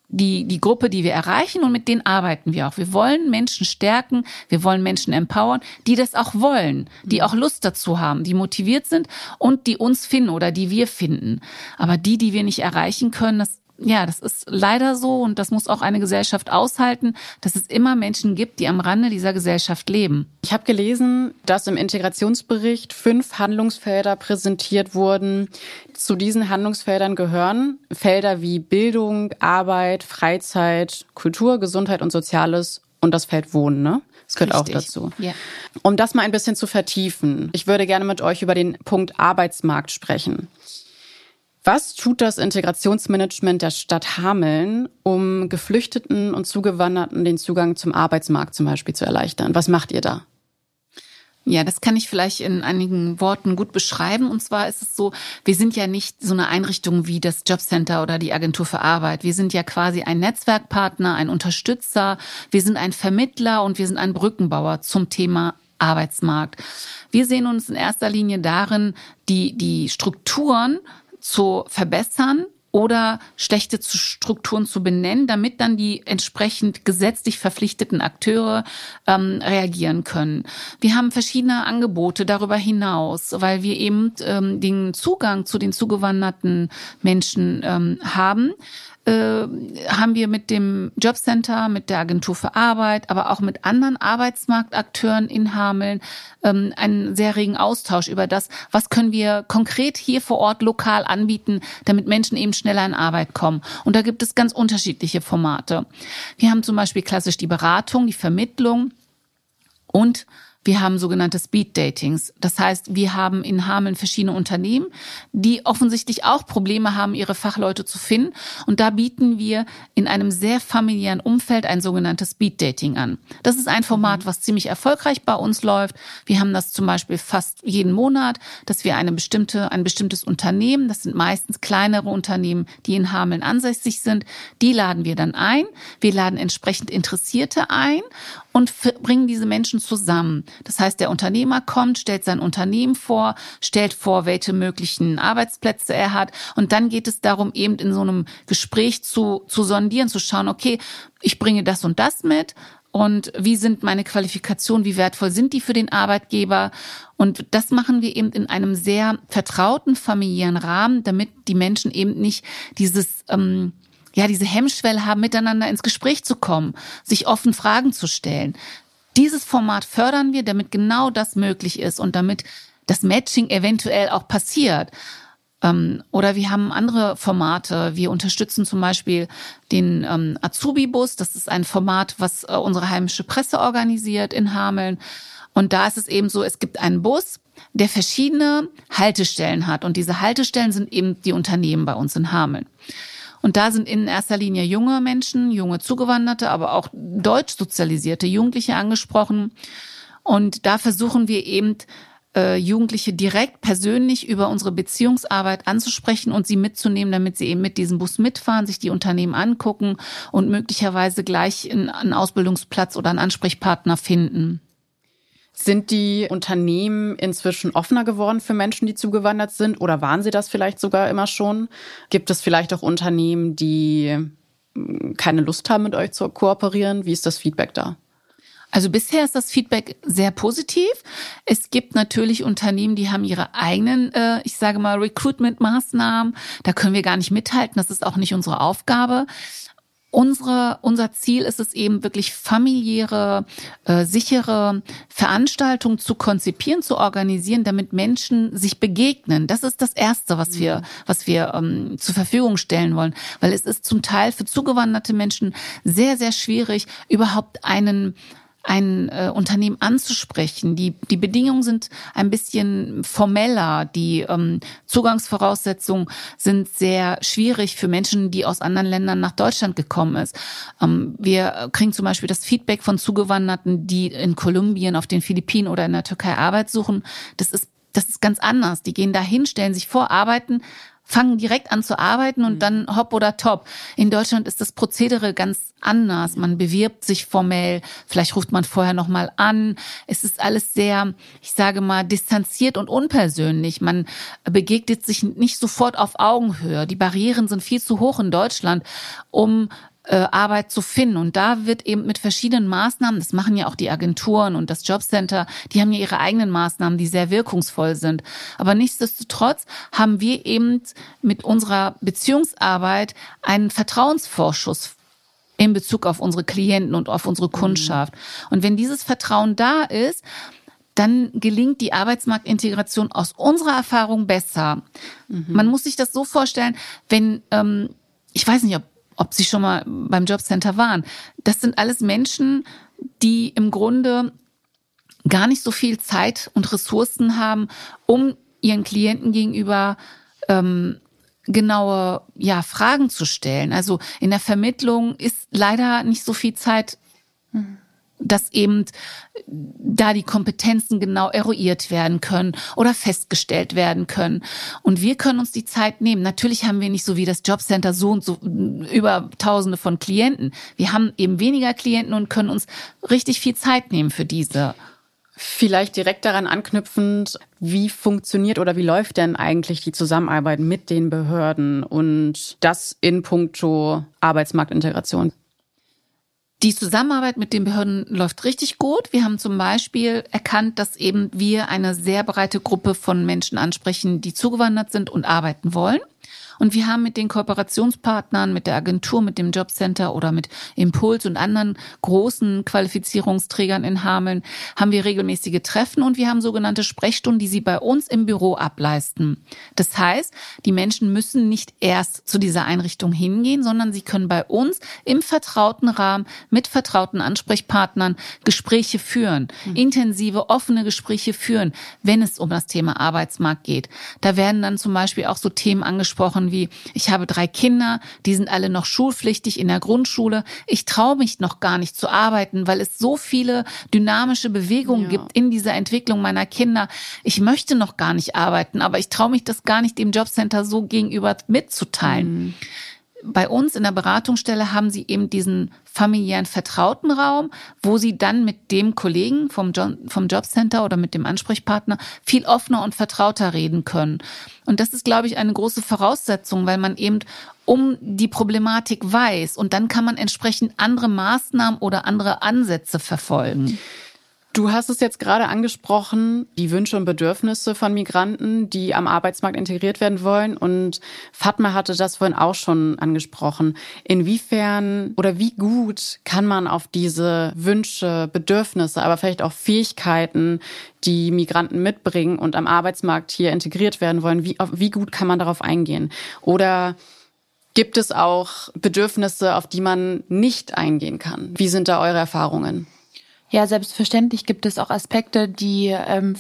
die Gruppe, die wir erreichen, und mit denen arbeiten wir auch. Wir wollen Menschen stärken, wir wollen Menschen empowern, die das auch wollen, die auch Lust dazu haben, die motiviert sind und die uns finden oder die wir finden. Aber die wir nicht erreichen können, das ist leider so, und das muss auch eine Gesellschaft aushalten, dass es immer Menschen gibt, die am Rande dieser Gesellschaft leben. Ich habe gelesen, dass im Integrationsbericht 5 Handlungsfelder präsentiert wurden. Zu diesen Handlungsfeldern gehören Felder wie Bildung, Arbeit, Freizeit, Kultur, Gesundheit und Soziales und das Feld Wohnen, ne? Das gehört Richtig. auch dazu. Ja. Um das mal ein bisschen zu vertiefen, ich würde gerne mit euch über den Punkt Arbeitsmarkt sprechen. Was tut das Integrationsmanagement der Stadt Hameln, um Geflüchteten und Zugewanderten den Zugang zum Arbeitsmarkt zum Beispiel zu erleichtern? Was macht ihr da? Ja, das kann ich vielleicht in einigen Worten gut beschreiben. Und zwar ist es so, wir sind ja nicht so eine Einrichtung wie das Jobcenter oder die Agentur für Arbeit. Wir sind ja quasi ein Netzwerkpartner, ein Unterstützer. Wir sind ein Vermittler und wir sind ein Brückenbauer zum Thema Arbeitsmarkt. Wir sehen uns in erster Linie darin, die Strukturen zu verbessern oder schlechte Strukturen zu benennen, damit dann die entsprechend gesetzlich verpflichteten Akteure reagieren können. Wir haben verschiedene Angebote darüber hinaus, weil wir eben den Zugang zu den zugewanderten Menschen haben wir mit dem Jobcenter, mit der Agentur für Arbeit, aber auch mit anderen Arbeitsmarktakteuren in Hameln einen sehr regen Austausch über das, was können wir konkret hier vor Ort lokal anbieten, damit Menschen eben schneller in Arbeit kommen. Und da gibt es ganz unterschiedliche Formate. Wir haben zum Beispiel klassisch die Beratung, die Vermittlung, und wir haben sogenannte Speed-Datings. Das heißt, wir haben in Hameln verschiedene Unternehmen, die offensichtlich auch Probleme haben, ihre Fachleute zu finden. Und da bieten wir in einem sehr familiären Umfeld ein sogenanntes Speed-Dating an. Das ist ein Format, was ziemlich erfolgreich bei uns läuft. Wir haben das zum Beispiel fast jeden Monat, dass wir ein bestimmtes Unternehmen, das sind meistens kleinere Unternehmen, die in Hameln ansässig sind, die laden wir dann ein. Wir laden entsprechend Interessierte ein und bringen diese Menschen zusammen. Das heißt, der Unternehmer kommt, stellt sein Unternehmen vor, stellt vor, welche möglichen Arbeitsplätze er hat. Und dann geht es darum, eben in so einem Gespräch zu sondieren, zu schauen, okay, ich bringe das und das mit. Und wie sind meine Qualifikationen, wie wertvoll sind die für den Arbeitgeber? Und das machen wir eben in einem sehr vertrauten, familiären Rahmen, damit die Menschen eben nicht diese Hemmschwelle haben, miteinander ins Gespräch zu kommen, sich offen Fragen zu stellen. Dieses Format fördern wir, damit genau das möglich ist und damit das Matching eventuell auch passiert. Oder wir haben andere Formate. Wir unterstützen zum Beispiel den Azubi-Bus. Das ist ein Format, was unsere heimische Presse organisiert in Hameln. Und da ist es eben so, es gibt einen Bus, der verschiedene Haltestellen hat. Und diese Haltestellen sind eben die Unternehmen bei uns in Hameln. Und da sind in erster Linie junge Menschen, junge Zugewanderte, aber auch deutsch sozialisierte Jugendliche angesprochen. Und da versuchen wir eben, Jugendliche direkt persönlich über unsere Beziehungsarbeit anzusprechen und sie mitzunehmen, damit sie eben mit diesem Bus mitfahren, sich die Unternehmen angucken und möglicherweise gleich einen Ausbildungsplatz oder einen Ansprechpartner finden. Sind die Unternehmen inzwischen offener geworden für Menschen, die zugewandert sind? Oder waren sie das vielleicht sogar immer schon? Gibt es vielleicht auch Unternehmen, die keine Lust haben, mit euch zu kooperieren? Wie ist das Feedback da? Also bisher ist das Feedback sehr positiv. Es gibt natürlich Unternehmen, die haben ihre eigenen, Recruitment-Maßnahmen. Da können wir gar nicht mithalten. Das ist auch nicht unsere Aufgabe. Unser Ziel ist es eben wirklich familiäre, sichere Veranstaltungen zu konzipieren, zu organisieren, damit Menschen sich begegnen. Das ist das Erste, was wir zur Verfügung stellen wollen, weil es ist zum Teil für zugewanderte Menschen sehr, sehr schwierig, überhaupt ein Unternehmen anzusprechen. Die Bedingungen sind ein bisschen formeller. Die Zugangsvoraussetzungen sind sehr schwierig für Menschen, die aus anderen Ländern nach Deutschland gekommen sind. Wir kriegen zum Beispiel das Feedback von Zugewanderten, die in Kolumbien, auf den Philippinen oder in der Türkei Arbeit suchen. Das ist ganz anders. Die gehen dahin, stellen sich vor, arbeiten, fangen direkt an zu arbeiten und dann hopp oder top. In Deutschland ist das Prozedere ganz anders. Man bewirbt sich formell, vielleicht ruft man vorher noch mal an. Es ist alles sehr, distanziert und unpersönlich. Man begegnet sich nicht sofort auf Augenhöhe. Die Barrieren sind viel zu hoch in Deutschland, um Arbeit zu finden. Und da wird eben mit verschiedenen Maßnahmen, das machen ja auch die Agenturen und das Jobcenter, die haben ja ihre eigenen Maßnahmen, die sehr wirkungsvoll sind. Aber nichtsdestotrotz haben wir eben mit unserer Beziehungsarbeit einen Vertrauensvorschuss in Bezug auf unsere Klienten und auf unsere Kundschaft. Und wenn dieses Vertrauen da ist, dann gelingt die Arbeitsmarktintegration aus unserer Erfahrung besser. Man muss sich das so vorstellen, wenn, ich weiß nicht, ob Sie schon mal beim Jobcenter waren, das sind alles Menschen, die im Grunde gar nicht so viel Zeit und Ressourcen haben, um ihren Klienten gegenüber genaue Fragen zu stellen. Also in der Vermittlung ist leider nicht so viel Zeit, dass eben da die Kompetenzen genau eruiert werden können oder festgestellt werden können. Und wir können uns die Zeit nehmen. Natürlich haben wir nicht so wie das Jobcenter so und so über Tausende von Klienten. Wir haben eben weniger Klienten und können uns richtig viel Zeit nehmen für diese. Vielleicht direkt daran anknüpfend, wie funktioniert oder wie läuft denn eigentlich die Zusammenarbeit mit den Behörden und das in puncto Arbeitsmarktintegration? Die Zusammenarbeit mit den Behörden läuft richtig gut. Wir haben zum Beispiel erkannt, dass eben wir eine sehr breite Gruppe von Menschen ansprechen, die zugewandert sind und arbeiten wollen. Und wir haben mit den Kooperationspartnern, mit der Agentur, mit dem Jobcenter oder mit Impuls und anderen großen Qualifizierungsträgern in Hameln haben wir regelmäßige Treffen und wir haben sogenannte Sprechstunden, die sie bei uns im Büro ableisten. Das heißt, die Menschen müssen nicht erst zu dieser Einrichtung hingehen, sondern sie können bei uns im vertrauten Rahmen mit vertrauten Ansprechpartnern Gespräche führen, intensive, offene Gespräche führen, wenn es um das Thema Arbeitsmarkt geht. Da werden dann zum Beispiel auch so Themen angesprochen wie, ich habe 3 Kinder, die sind alle noch schulpflichtig in der Grundschule. Ich traue mich noch gar nicht zu arbeiten, weil es so viele dynamische Bewegungen gibt in dieser Entwicklung meiner Kinder. Ich möchte noch gar nicht arbeiten, aber ich traue mich das gar nicht dem Jobcenter so gegenüber mitzuteilen. Bei uns in der Beratungsstelle haben sie eben diesen familiären vertrauten Raum, wo sie dann mit dem Kollegen vom Jobcenter oder mit dem Ansprechpartner viel offener und vertrauter reden können. Und das ist, glaube ich, eine große Voraussetzung, weil man eben um die Problematik weiß und dann kann man entsprechend andere Maßnahmen oder andere Ansätze verfolgen. Du hast es jetzt gerade angesprochen, die Wünsche und Bedürfnisse von Migranten, die am Arbeitsmarkt integriert werden wollen. Und Fatma hatte das vorhin auch schon angesprochen. Inwiefern oder wie gut kann man auf diese Wünsche, Bedürfnisse, aber vielleicht auch Fähigkeiten, die Migranten mitbringen und am Arbeitsmarkt hier integriert werden wollen, wie gut kann man darauf eingehen? Oder gibt es auch Bedürfnisse, auf die man nicht eingehen kann? Wie sind da eure Erfahrungen? Ja, selbstverständlich gibt es auch Aspekte, die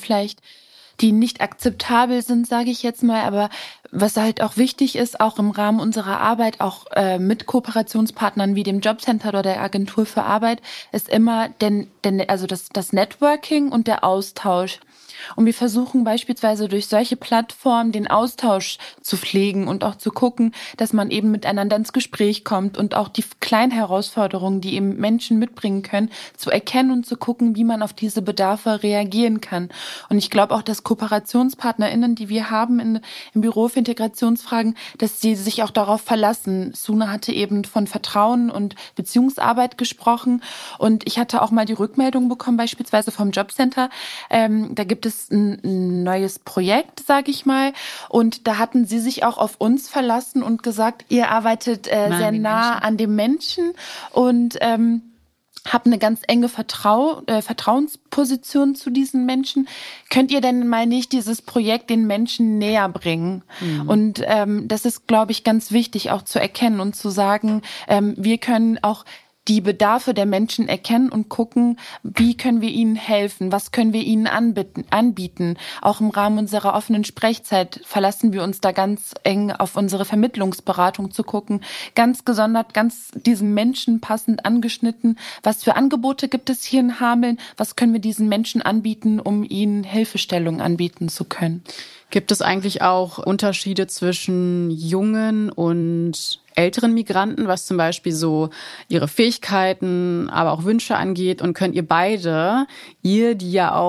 die nicht akzeptabel sind, sage ich jetzt mal. Aber was halt auch wichtig ist, auch im Rahmen unserer Arbeit, auch mit Kooperationspartnern wie dem Jobcenter oder der Agentur für Arbeit, ist immer das Networking und der Austausch. Und wir versuchen beispielsweise durch solche Plattformen den Austausch zu pflegen und auch zu gucken, dass man eben miteinander ins Gespräch kommt und auch die kleinen Herausforderungen, die eben Menschen mitbringen können, zu erkennen und zu gucken, wie man auf diese Bedarfe reagieren kann. Und ich glaube auch, dass KooperationspartnerInnen, die wir haben im Büro für Integrationsfragen, dass sie sich auch darauf verlassen. Suna hatte eben von Vertrauen und Beziehungsarbeit gesprochen. Und ich hatte auch mal die Rückmeldung bekommen, beispielsweise vom Jobcenter. Da gibt es ein neues Projekt, sage ich mal. Und da hatten sie sich auch auf uns verlassen und gesagt, ihr arbeitet sehr nah an dem Menschen und habt eine ganz enge Vertrauensposition zu diesen Menschen. Könnt ihr denn mal nicht dieses Projekt den Menschen näher bringen? Und das ist, glaube ich, ganz wichtig auch zu erkennen und zu sagen, wir können auch die Bedarfe der Menschen erkennen und gucken, wie können wir ihnen helfen, was können wir ihnen anbieten. Auch im Rahmen unserer offenen Sprechzeit verlassen wir uns da ganz eng auf unsere Vermittlungsberatung zu gucken, ganz gesondert, ganz diesem Menschen passend angeschnitten. Was für Angebote gibt es hier in Hameln? Was können wir diesen Menschen anbieten, um ihnen Hilfestellung anbieten zu können? Gibt es eigentlich auch Unterschiede zwischen jungen und älteren Migranten, was zum Beispiel so ihre Fähigkeiten, aber auch Wünsche angeht? Und könnt ihr beide, die ja auch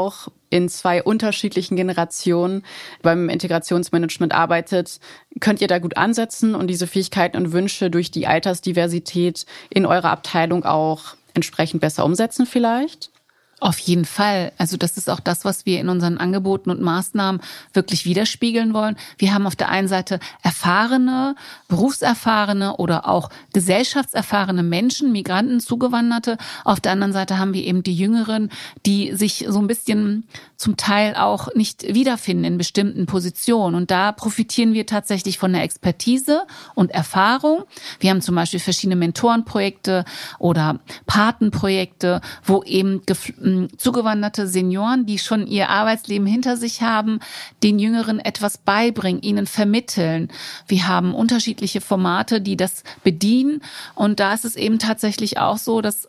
in 2 unterschiedlichen Generationen beim Integrationsmanagement arbeitet. Könnt ihr da gut ansetzen und diese Fähigkeiten und Wünsche durch die Altersdiversität in eurer Abteilung auch entsprechend besser umsetzen vielleicht? Auf jeden Fall. Also das ist auch das, was wir in unseren Angeboten und Maßnahmen wirklich widerspiegeln wollen. Wir haben auf der einen Seite erfahrene, berufserfahrene oder auch gesellschaftserfahrene Menschen, Migranten, Zugewanderte. Auf der anderen Seite haben wir eben die Jüngeren, die sich so ein bisschen zum Teil auch nicht wiederfinden in bestimmten Positionen. Und da profitieren wir tatsächlich von der Expertise und Erfahrung. Wir haben zum Beispiel verschiedene Mentorenprojekte oder Patenprojekte, wo eben zugewanderte Senioren, die schon ihr Arbeitsleben hinter sich haben, den Jüngeren etwas beibringen, ihnen vermitteln. Wir haben unterschiedliche Formate, die das bedienen. Und da ist es eben tatsächlich auch so, dass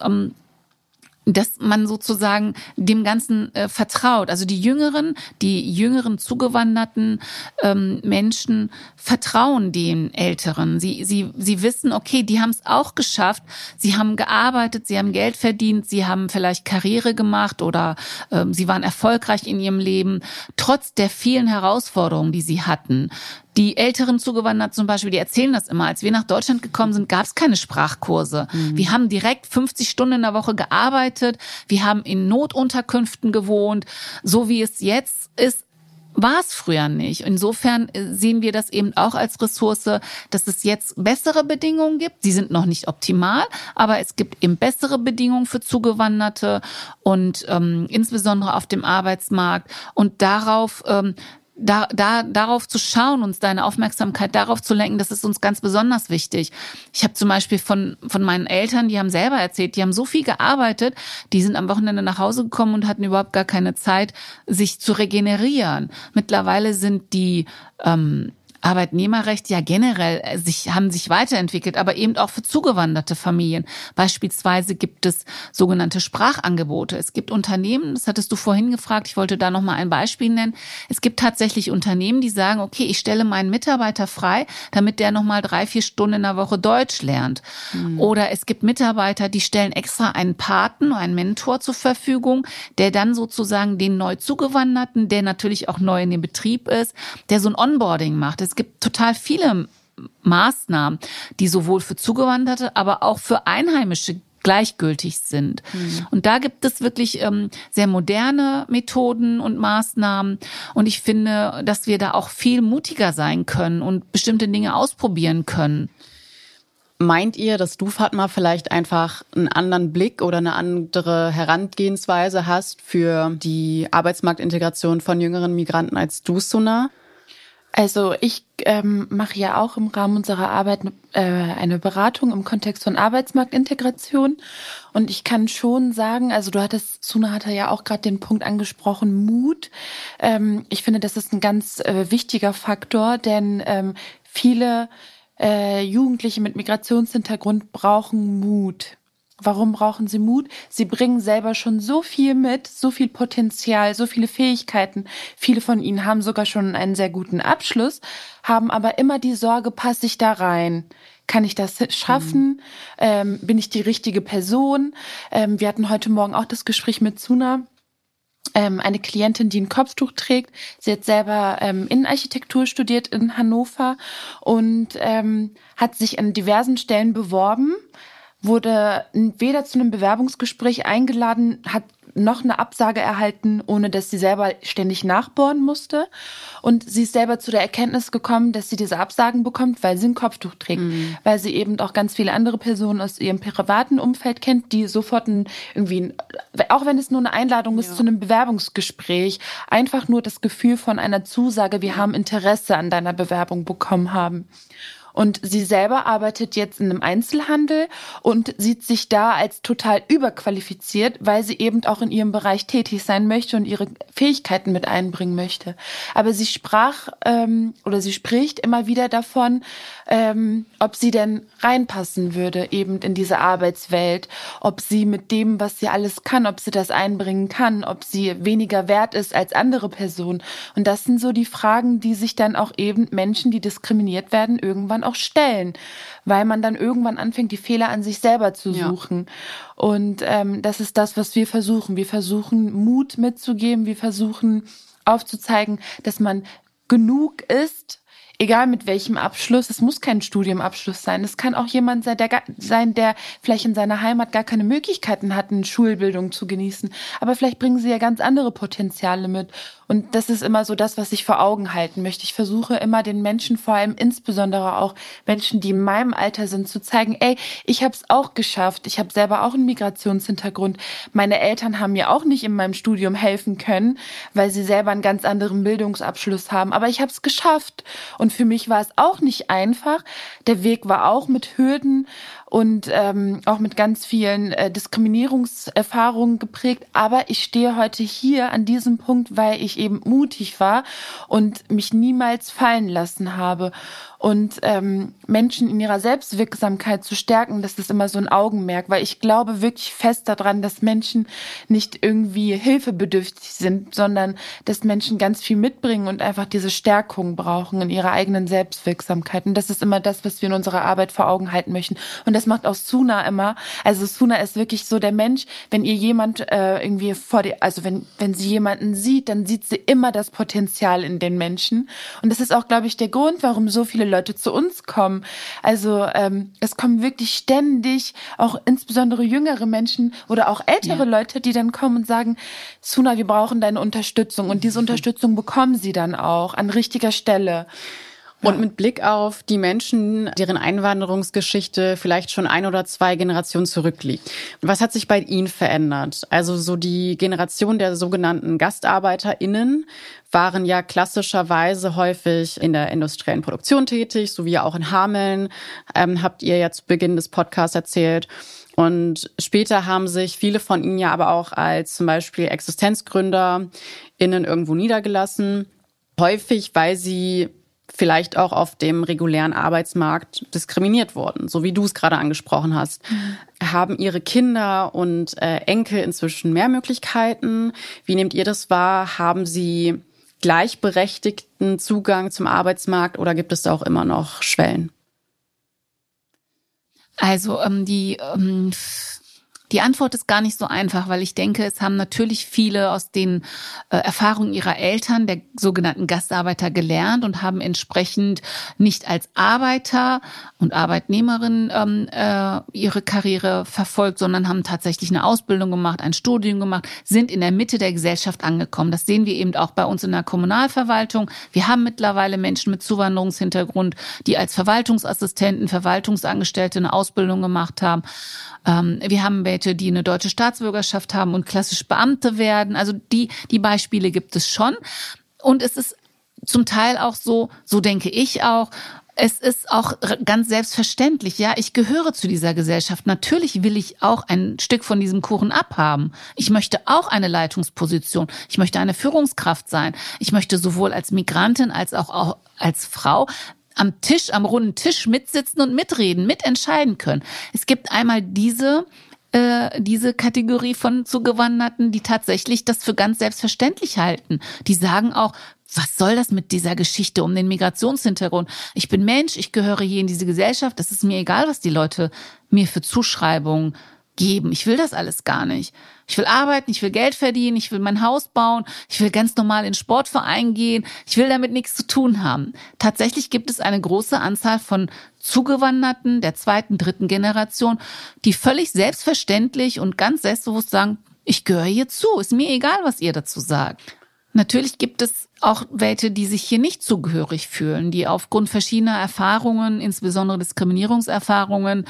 man sozusagen dem Ganzen vertraut. Also die jüngeren zugewanderten Menschen vertrauen den Älteren. Sie wissen, okay, die haben es auch geschafft. Sie haben gearbeitet, sie haben Geld verdient, sie haben vielleicht Karriere gemacht oder sie waren erfolgreich in ihrem Leben, trotz der vielen Herausforderungen, die sie hatten. Die älteren Zugewanderten zum Beispiel, die erzählen das immer. Als wir nach Deutschland gekommen sind, gab es keine Sprachkurse. Wir haben direkt 50 Stunden in der Woche gearbeitet. Wir haben in Notunterkünften gewohnt. So wie es jetzt ist, war es früher nicht. Insofern sehen wir das eben auch als Ressource, dass es jetzt bessere Bedingungen gibt. Sie sind noch nicht optimal, aber es gibt eben bessere Bedingungen für Zugewanderte und insbesondere auf dem Arbeitsmarkt. Und darauf zu schauen, uns deine Aufmerksamkeit darauf zu lenken, das ist uns ganz besonders wichtig. Ich habe zum Beispiel von meinen Eltern, die haben selber erzählt, die haben so viel gearbeitet, die sind am Wochenende nach Hause gekommen und hatten überhaupt gar keine Zeit, sich zu regenerieren. Mittlerweile sind die Arbeitnehmerrecht ja generell haben sich weiterentwickelt, aber eben auch für zugewanderte Familien. Beispielsweise gibt es sogenannte Sprachangebote. Es gibt Unternehmen, das hattest du vorhin gefragt, ich wollte da noch mal ein Beispiel nennen. Es gibt tatsächlich Unternehmen, die sagen, okay, ich stelle meinen Mitarbeiter frei, damit der noch mal 3-4 Stunden in der Woche Deutsch lernt. Oder es gibt Mitarbeiter, die stellen extra einen Paten, einen Mentor zur Verfügung, der dann sozusagen den neu Zugewanderten, der natürlich auch neu in dem Betrieb ist, der so ein Onboarding macht. Es gibt total viele Maßnahmen, die sowohl für Zugewanderte, aber auch für Einheimische gleichgültig sind. Und da gibt es wirklich sehr moderne Methoden und Maßnahmen. Und ich finde, dass wir da auch viel mutiger sein können und bestimmte Dinge ausprobieren können. Meint ihr, dass du, Fatma, vielleicht einfach einen anderen Blick oder eine andere Herangehensweise hast für die Arbeitsmarktintegration von jüngeren Migranten als du, Suna? Also ich mache ja auch im Rahmen unserer Arbeit eine Beratung im Kontext von Arbeitsmarktintegration. Und ich kann schon sagen, also Suna hatte ja auch gerade den Punkt angesprochen, Mut. Ich finde, das ist ein ganz wichtiger Faktor, denn viele Jugendliche mit Migrationshintergrund brauchen Mut. Warum brauchen sie Mut? Sie bringen selber schon so viel mit, so viel Potenzial, so viele Fähigkeiten. Viele von ihnen haben sogar schon einen sehr guten Abschluss, haben aber immer die Sorge, passe ich da rein? Kann ich das schaffen? Bin ich die richtige Person? Wir hatten heute Morgen auch das Gespräch mit Suna. Eine Klientin, die ein Kopftuch trägt. Sie hat selber Innenarchitektur studiert in Hannover und hat sich an diversen Stellen beworben, wurde weder zu einem Bewerbungsgespräch eingeladen, hat noch eine Absage erhalten, ohne dass sie selber ständig nachbohren musste. Und sie ist selber zu der Erkenntnis gekommen, dass sie diese Absagen bekommt, weil sie ein Kopftuch trägt. Weil sie eben auch ganz viele andere Personen aus ihrem privaten Umfeld kennt, die sofort auch wenn es nur eine Einladung ist zu einem Bewerbungsgespräch, einfach nur das Gefühl von einer Zusage, wir haben Interesse an deiner Bewerbung bekommen haben. Und sie selber arbeitet jetzt in einem Einzelhandel und sieht sich da als total überqualifiziert, weil sie eben auch in ihrem Bereich tätig sein möchte und ihre Fähigkeiten mit einbringen möchte. Aber sie spricht immer wieder davon, ob sie denn reinpassen würde eben in diese Arbeitswelt, ob sie mit dem, was sie alles kann, ob sie das einbringen kann, ob sie weniger wert ist als andere Personen. Und das sind so die Fragen, die sich dann auch eben Menschen, die diskriminiert werden, irgendwann irgendwann auch stellen, weil man dann irgendwann anfängt, die Fehler an sich selber zu suchen. Und das ist das, was wir versuchen. Wir versuchen, Mut mitzugeben. Wir versuchen aufzuzeigen, dass man genug ist, egal mit welchem Abschluss. Es muss kein Studiumabschluss sein. Es kann auch jemand sein, der vielleicht in seiner Heimat gar keine Möglichkeiten hat, eine Schulbildung zu genießen. Aber vielleicht bringen sie ja ganz andere Potenziale mit. Und das ist immer so das, was ich vor Augen halten möchte. Ich versuche immer den Menschen, vor allem insbesondere auch Menschen, die in meinem Alter sind, zu zeigen, ey, ich habe es auch geschafft. Ich habe selber auch einen Migrationshintergrund. Meine Eltern haben mir auch nicht in meinem Studium helfen können, weil sie selber einen ganz anderen Bildungsabschluss haben. Aber ich habe es geschafft. Und für mich war es auch nicht einfach. Der Weg war auch mit Hürden und auch mit ganz vielen Diskriminierungserfahrungen geprägt. Aber ich stehe heute hier an diesem Punkt, weil ich eben mutig war und mich niemals fallen lassen habe. Und Menschen in ihrer Selbstwirksamkeit zu stärken, das ist immer so ein Augenmerk, weil ich glaube wirklich fest daran, dass Menschen nicht irgendwie hilfebedürftig sind, sondern dass Menschen ganz viel mitbringen und einfach diese Stärkung brauchen in ihrer eigenen Selbstwirksamkeit. Und das ist immer das, was wir in unserer Arbeit vor Augen halten möchten. Und das macht auch Suna immer. Also Suna ist wirklich so der Mensch, wenn ihr jemand irgendwie wenn sie jemanden sieht, dann sieht sie immer das Potenzial in den Menschen. Und das ist auch, glaube ich, der Grund, warum so viele Leute zu uns kommen. Also es kommen wirklich ständig auch insbesondere jüngere Menschen oder auch ältere Leute, die dann kommen und sagen, Suna, wir brauchen deine Unterstützung. Und diese Unterstützung bekommen sie dann auch an richtiger Stelle. Und mit Blick auf die Menschen, deren Einwanderungsgeschichte vielleicht schon 1 oder 2 Generationen zurückliegt. Was hat sich bei Ihnen verändert? Also so die Generation der sogenannten GastarbeiterInnen waren ja klassischerweise häufig in der industriellen Produktion tätig, so wie auch in Hameln, habt ihr ja zu Beginn des Podcasts erzählt. Und später haben sich viele von ihnen ja aber auch als zum Beispiel ExistenzgründerInnen irgendwo niedergelassen. Häufig, weil sie vielleicht auch auf dem regulären Arbeitsmarkt diskriminiert wurden, so wie du es gerade angesprochen hast. Haben ihre Kinder und Enkel inzwischen mehr Möglichkeiten? Wie nehmt ihr das wahr? Haben sie gleichberechtigten Zugang zum Arbeitsmarkt oder gibt es da auch immer noch Schwellen? Also die Antwort ist gar nicht so einfach, weil ich denke, es haben natürlich viele aus den Erfahrungen ihrer Eltern, der sogenannten Gastarbeiter, gelernt und haben entsprechend nicht als Arbeiter und Arbeitnehmerin ihre Karriere verfolgt, sondern haben tatsächlich eine Ausbildung gemacht, ein Studium gemacht, sind in der Mitte der Gesellschaft angekommen. Das sehen wir eben auch bei uns in der Kommunalverwaltung. Wir haben mittlerweile Menschen mit Zuwanderungshintergrund, die als Verwaltungsassistenten, Verwaltungsangestellte eine Ausbildung gemacht haben. Wir haben welche, die eine deutsche Staatsbürgerschaft haben und klassisch Beamte werden. Also die Beispiele gibt es schon. Und es ist zum Teil auch so denke ich auch, es ist auch ganz selbstverständlich, ja, ich gehöre zu dieser Gesellschaft. Natürlich will ich auch ein Stück von diesem Kuchen abhaben. Ich möchte auch eine Leitungsposition. Ich möchte eine Führungskraft sein. Ich möchte sowohl als Migrantin als auch als Frau am runden Tisch mitsitzen und mitreden, mitentscheiden können. Es gibt einmal diese Kategorie von Zugewanderten, die tatsächlich das für ganz selbstverständlich halten. Die sagen auch, was soll das mit dieser Geschichte um den Migrationshintergrund? Ich bin Mensch, ich gehöre hier in diese Gesellschaft. Es ist mir egal, was die Leute mir für Zuschreibungen geben. Ich will das alles gar nicht. Ich will arbeiten, ich will Geld verdienen, ich will mein Haus bauen, ich will ganz normal in den Sportverein gehen, ich will damit nichts zu tun haben. Tatsächlich gibt es eine große Anzahl von Zugewanderten der 2., 3. Generation, die völlig selbstverständlich und ganz selbstbewusst sagen, ich gehöre hier zu, ist mir egal, was ihr dazu sagt. Natürlich gibt es auch welche, die sich hier nicht zugehörig fühlen, die aufgrund verschiedener Erfahrungen, insbesondere Diskriminierungserfahrungen,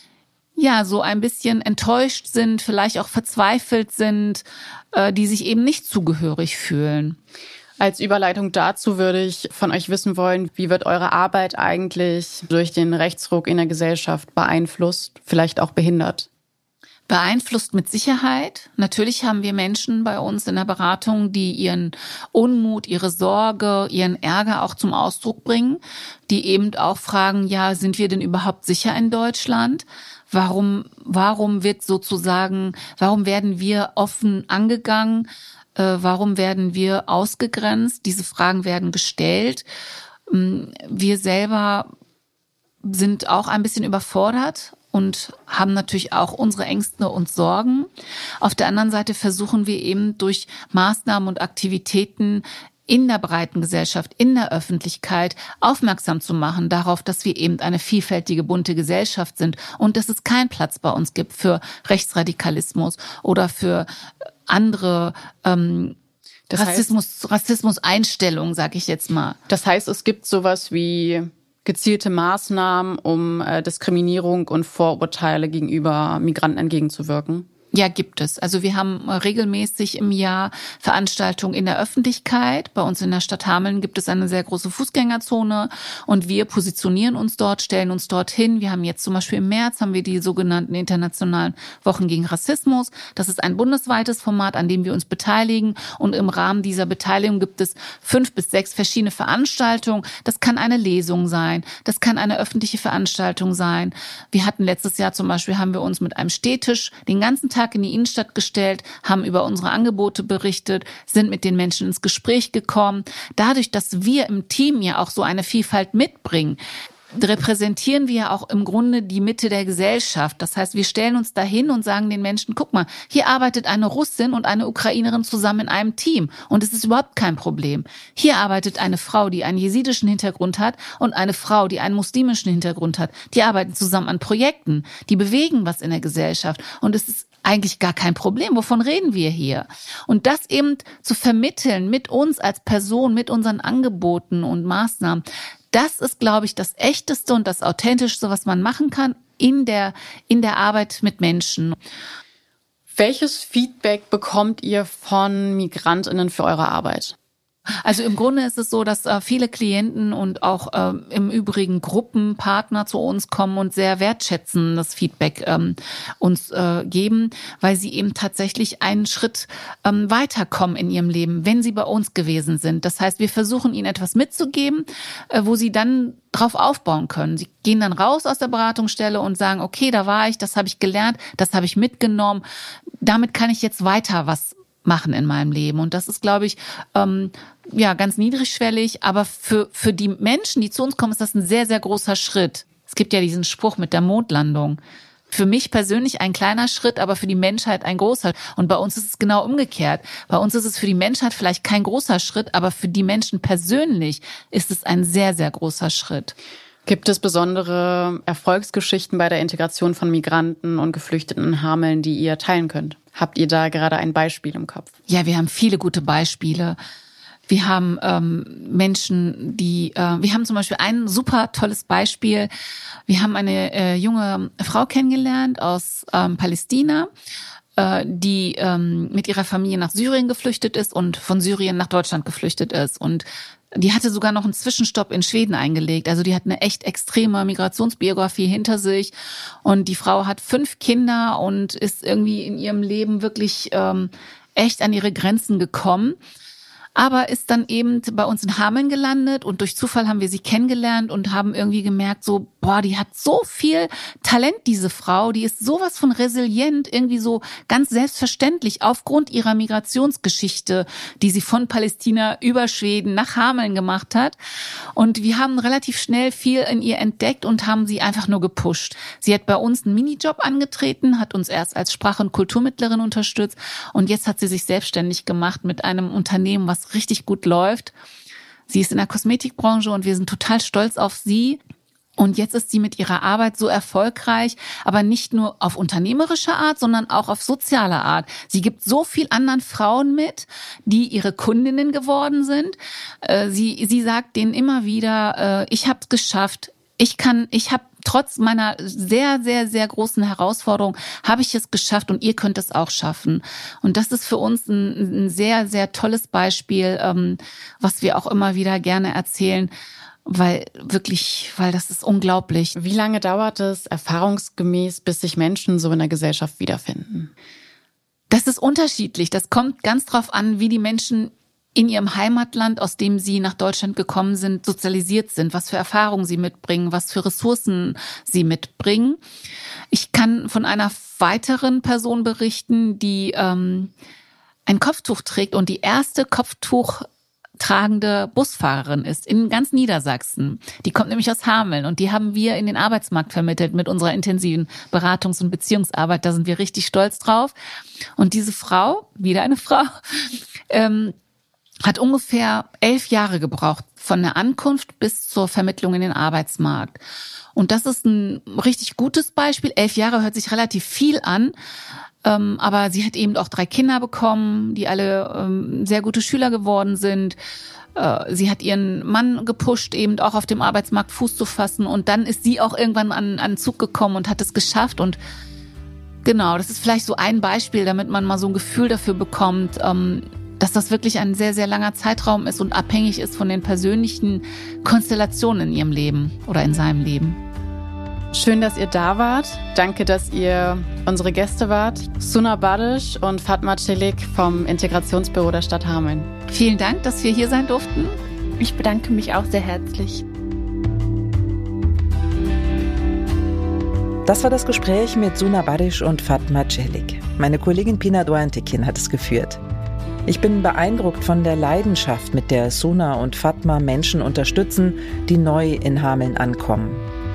ja, so ein bisschen enttäuscht sind, vielleicht auch verzweifelt sind, die sich eben nicht zugehörig fühlen. Als Überleitung dazu würde ich von euch wissen wollen, wie wird eure Arbeit eigentlich durch den Rechtsruck in der Gesellschaft beeinflusst, vielleicht auch behindert? Beeinflusst mit Sicherheit. Natürlich haben wir Menschen bei uns in der Beratung, die ihren Unmut, ihre Sorge, ihren Ärger auch zum Ausdruck bringen, die eben auch fragen, ja, sind wir denn überhaupt sicher in Deutschland? Warum werden wir offen angegangen? Warum werden wir ausgegrenzt? Diese Fragen werden gestellt. Wir selber sind auch ein bisschen überfordert und haben natürlich auch unsere Ängste und Sorgen. Auf der anderen Seite versuchen wir eben durch Maßnahmen und Aktivitäten in der breiten Gesellschaft, in der Öffentlichkeit aufmerksam zu machen darauf, dass wir eben eine vielfältige, bunte Gesellschaft sind und dass es keinen Platz bei uns gibt für Rechtsradikalismus oder für andere Rassismus-Einstellungen, sage ich jetzt mal. Das heißt, es gibt sowas wie gezielte Maßnahmen, um Diskriminierung und Vorurteile gegenüber Migranten entgegenzuwirken? Ja, gibt es. Also wir haben regelmäßig im Jahr Veranstaltungen in der Öffentlichkeit. Bei uns in der Stadt Hameln gibt es eine sehr große Fußgängerzone und wir positionieren uns dort, stellen uns dort hin. Wir haben jetzt zum Beispiel im März haben wir die sogenannten internationalen Wochen gegen Rassismus. Das ist ein bundesweites Format, an dem wir uns beteiligen und im Rahmen dieser Beteiligung gibt es 5 bis 6 verschiedene Veranstaltungen. Das kann eine Lesung sein, das kann eine öffentliche Veranstaltung sein. Wir hatten letztes Jahr zum Beispiel, haben wir uns mit einem Stehtisch den ganzen Tag in die Innenstadt gestellt, haben über unsere Angebote berichtet, sind mit den Menschen ins Gespräch gekommen. Dadurch, dass wir im Team ja auch so eine Vielfalt mitbringen, repräsentieren wir ja auch im Grunde die Mitte der Gesellschaft. Das heißt, wir stellen uns dahin und sagen den Menschen, guck mal, hier arbeitet eine Russin und eine Ukrainerin zusammen in einem Team und es ist überhaupt kein Problem. Hier arbeitet eine Frau, die einen jesidischen Hintergrund hat und eine Frau, die einen muslimischen Hintergrund hat. Die arbeiten zusammen an Projekten, die bewegen was in der Gesellschaft und es ist eigentlich gar kein Problem. Wovon reden wir hier? Und das eben zu vermitteln mit uns als Person, mit unseren Angeboten und Maßnahmen, das ist, glaube ich, das Echteste und das Authentischste, was man machen kann in der Arbeit mit Menschen. Welches Feedback bekommt ihr von MigrantInnen für eure Arbeit? Also im Grunde ist es so, dass viele Klienten und auch im Übrigen Gruppenpartner zu uns kommen und sehr wertschätzendes Feedback uns geben, weil sie eben tatsächlich einen Schritt weiterkommen in ihrem Leben, wenn sie bei uns gewesen sind. Das heißt, wir versuchen ihnen etwas mitzugeben, wo sie dann drauf aufbauen können. Sie gehen dann raus aus der Beratungsstelle und sagen, okay, da war ich, das habe ich gelernt, das habe ich mitgenommen, damit kann ich jetzt weiter was machen in meinem Leben. Und das ist, glaube ich, ganz niedrigschwellig, aber für die Menschen, die zu uns kommen, ist das ein sehr, sehr großer Schritt. Es gibt ja diesen Spruch mit der Mondlandung. Für mich persönlich ein kleiner Schritt, aber für die Menschheit ein großer. Und bei uns ist es genau umgekehrt. Bei uns ist es für die Menschheit vielleicht kein großer Schritt, aber für die Menschen persönlich ist es ein sehr, sehr großer Schritt. Gibt es besondere Erfolgsgeschichten bei der Integration von Migranten und Geflüchteten in Hameln, die ihr teilen könnt? Habt ihr da gerade ein Beispiel im Kopf? Ja, wir haben viele gute Beispiele. Wir haben Menschen, wir haben zum Beispiel ein super tolles Beispiel. Wir haben eine junge Frau kennengelernt aus Palästina, die mit ihrer Familie nach Syrien geflüchtet ist und von Syrien nach Deutschland geflüchtet ist. Und die hatte sogar noch einen Zwischenstopp in Schweden eingelegt. Also die hat eine echt extreme Migrationsbiografie hinter sich. Und die Frau hat 5 Kinder und ist irgendwie in ihrem Leben wirklich echt an ihre Grenzen gekommen. Aber ist dann eben bei uns in Hameln gelandet und durch Zufall haben wir sie kennengelernt und haben irgendwie gemerkt, so, boah, die hat so viel Talent, diese Frau, die ist sowas von resilient, irgendwie so ganz selbstverständlich aufgrund ihrer Migrationsgeschichte, die sie von Palästina über Schweden nach Hameln gemacht hat. Und wir haben relativ schnell viel in ihr entdeckt und haben sie einfach nur gepusht. Sie hat bei uns einen Minijob angetreten, hat uns erst als Sprach- und Kulturmittlerin unterstützt und jetzt hat sie sich selbstständig gemacht mit einem Unternehmen, was richtig gut läuft. Sie ist in der Kosmetikbranche und wir sind total stolz auf sie. Und jetzt ist sie mit ihrer Arbeit so erfolgreich, aber nicht nur auf unternehmerische Art, sondern auch auf soziale Art. Sie gibt so viel anderen Frauen mit, die ihre Kundinnen geworden sind. Sie sagt denen immer wieder, ich habe es geschafft. Ich habe trotz meiner sehr, sehr, sehr großen Herausforderung habe ich es geschafft und ihr könnt es auch schaffen. Und das ist für uns ein sehr, sehr tolles Beispiel, was wir auch immer wieder gerne erzählen, weil das ist unglaublich. Wie lange dauert es erfahrungsgemäß, bis sich Menschen so in der Gesellschaft wiederfinden? Das ist unterschiedlich. Das kommt ganz drauf an, wie die Menschen in ihrem Heimatland, aus dem sie nach Deutschland gekommen sind, sozialisiert sind, was für Erfahrungen sie mitbringen, was für Ressourcen sie mitbringen. Ich kann von einer weiteren Person berichten, die ein Kopftuch trägt und die erste tragende Busfahrerin ist in ganz Niedersachsen. Die kommt nämlich aus Hameln und die haben wir in den Arbeitsmarkt vermittelt mit unserer intensiven Beratungs- und Beziehungsarbeit. Da sind wir richtig stolz drauf. Und diese Frau, wieder eine Frau, hat ungefähr 11 Jahre gebraucht von der Ankunft bis zur Vermittlung in den Arbeitsmarkt. Und das ist ein richtig gutes Beispiel. 11 Jahre hört sich relativ viel an. Aber sie hat eben auch 3 Kinder bekommen, die alle sehr gute Schüler geworden sind. Sie hat ihren Mann gepusht, eben auch auf dem Arbeitsmarkt Fuß zu fassen. Und dann ist sie auch irgendwann an den Zug gekommen und hat es geschafft. Und genau, das ist vielleicht so ein Beispiel, damit man mal so ein Gefühl dafür bekommt, dass das wirklich ein sehr, sehr langer Zeitraum ist und abhängig ist von den persönlichen Konstellationen in ihrem Leben oder in seinem Leben. Schön, dass ihr da wart. Danke, dass ihr unsere Gäste wart. Suna Badisch und Fatma Celik vom Integrationsbüro der Stadt Hameln. Vielen Dank, dass wir hier sein durften. Ich bedanke mich auch sehr herzlich. Das war das Gespräch mit Suna Badisch und Fatma Celik. Meine Kollegin Pina Doğantekin hat es geführt. Ich bin beeindruckt von der Leidenschaft, mit der Suna und Fatma Menschen unterstützen, die neu in Hameln ankommen.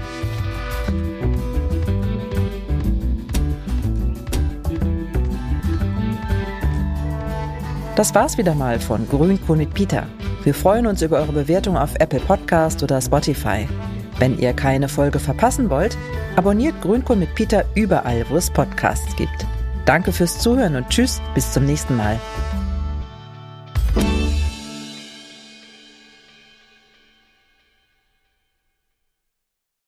Das war's wieder mal von Grünkohl mit Peter. Wir freuen uns über eure Bewertung auf Apple Podcast oder Spotify. Wenn ihr keine Folge verpassen wollt, abonniert Grünkohl mit Peter überall, wo es Podcasts gibt. Danke fürs Zuhören und tschüss, bis zum nächsten Mal.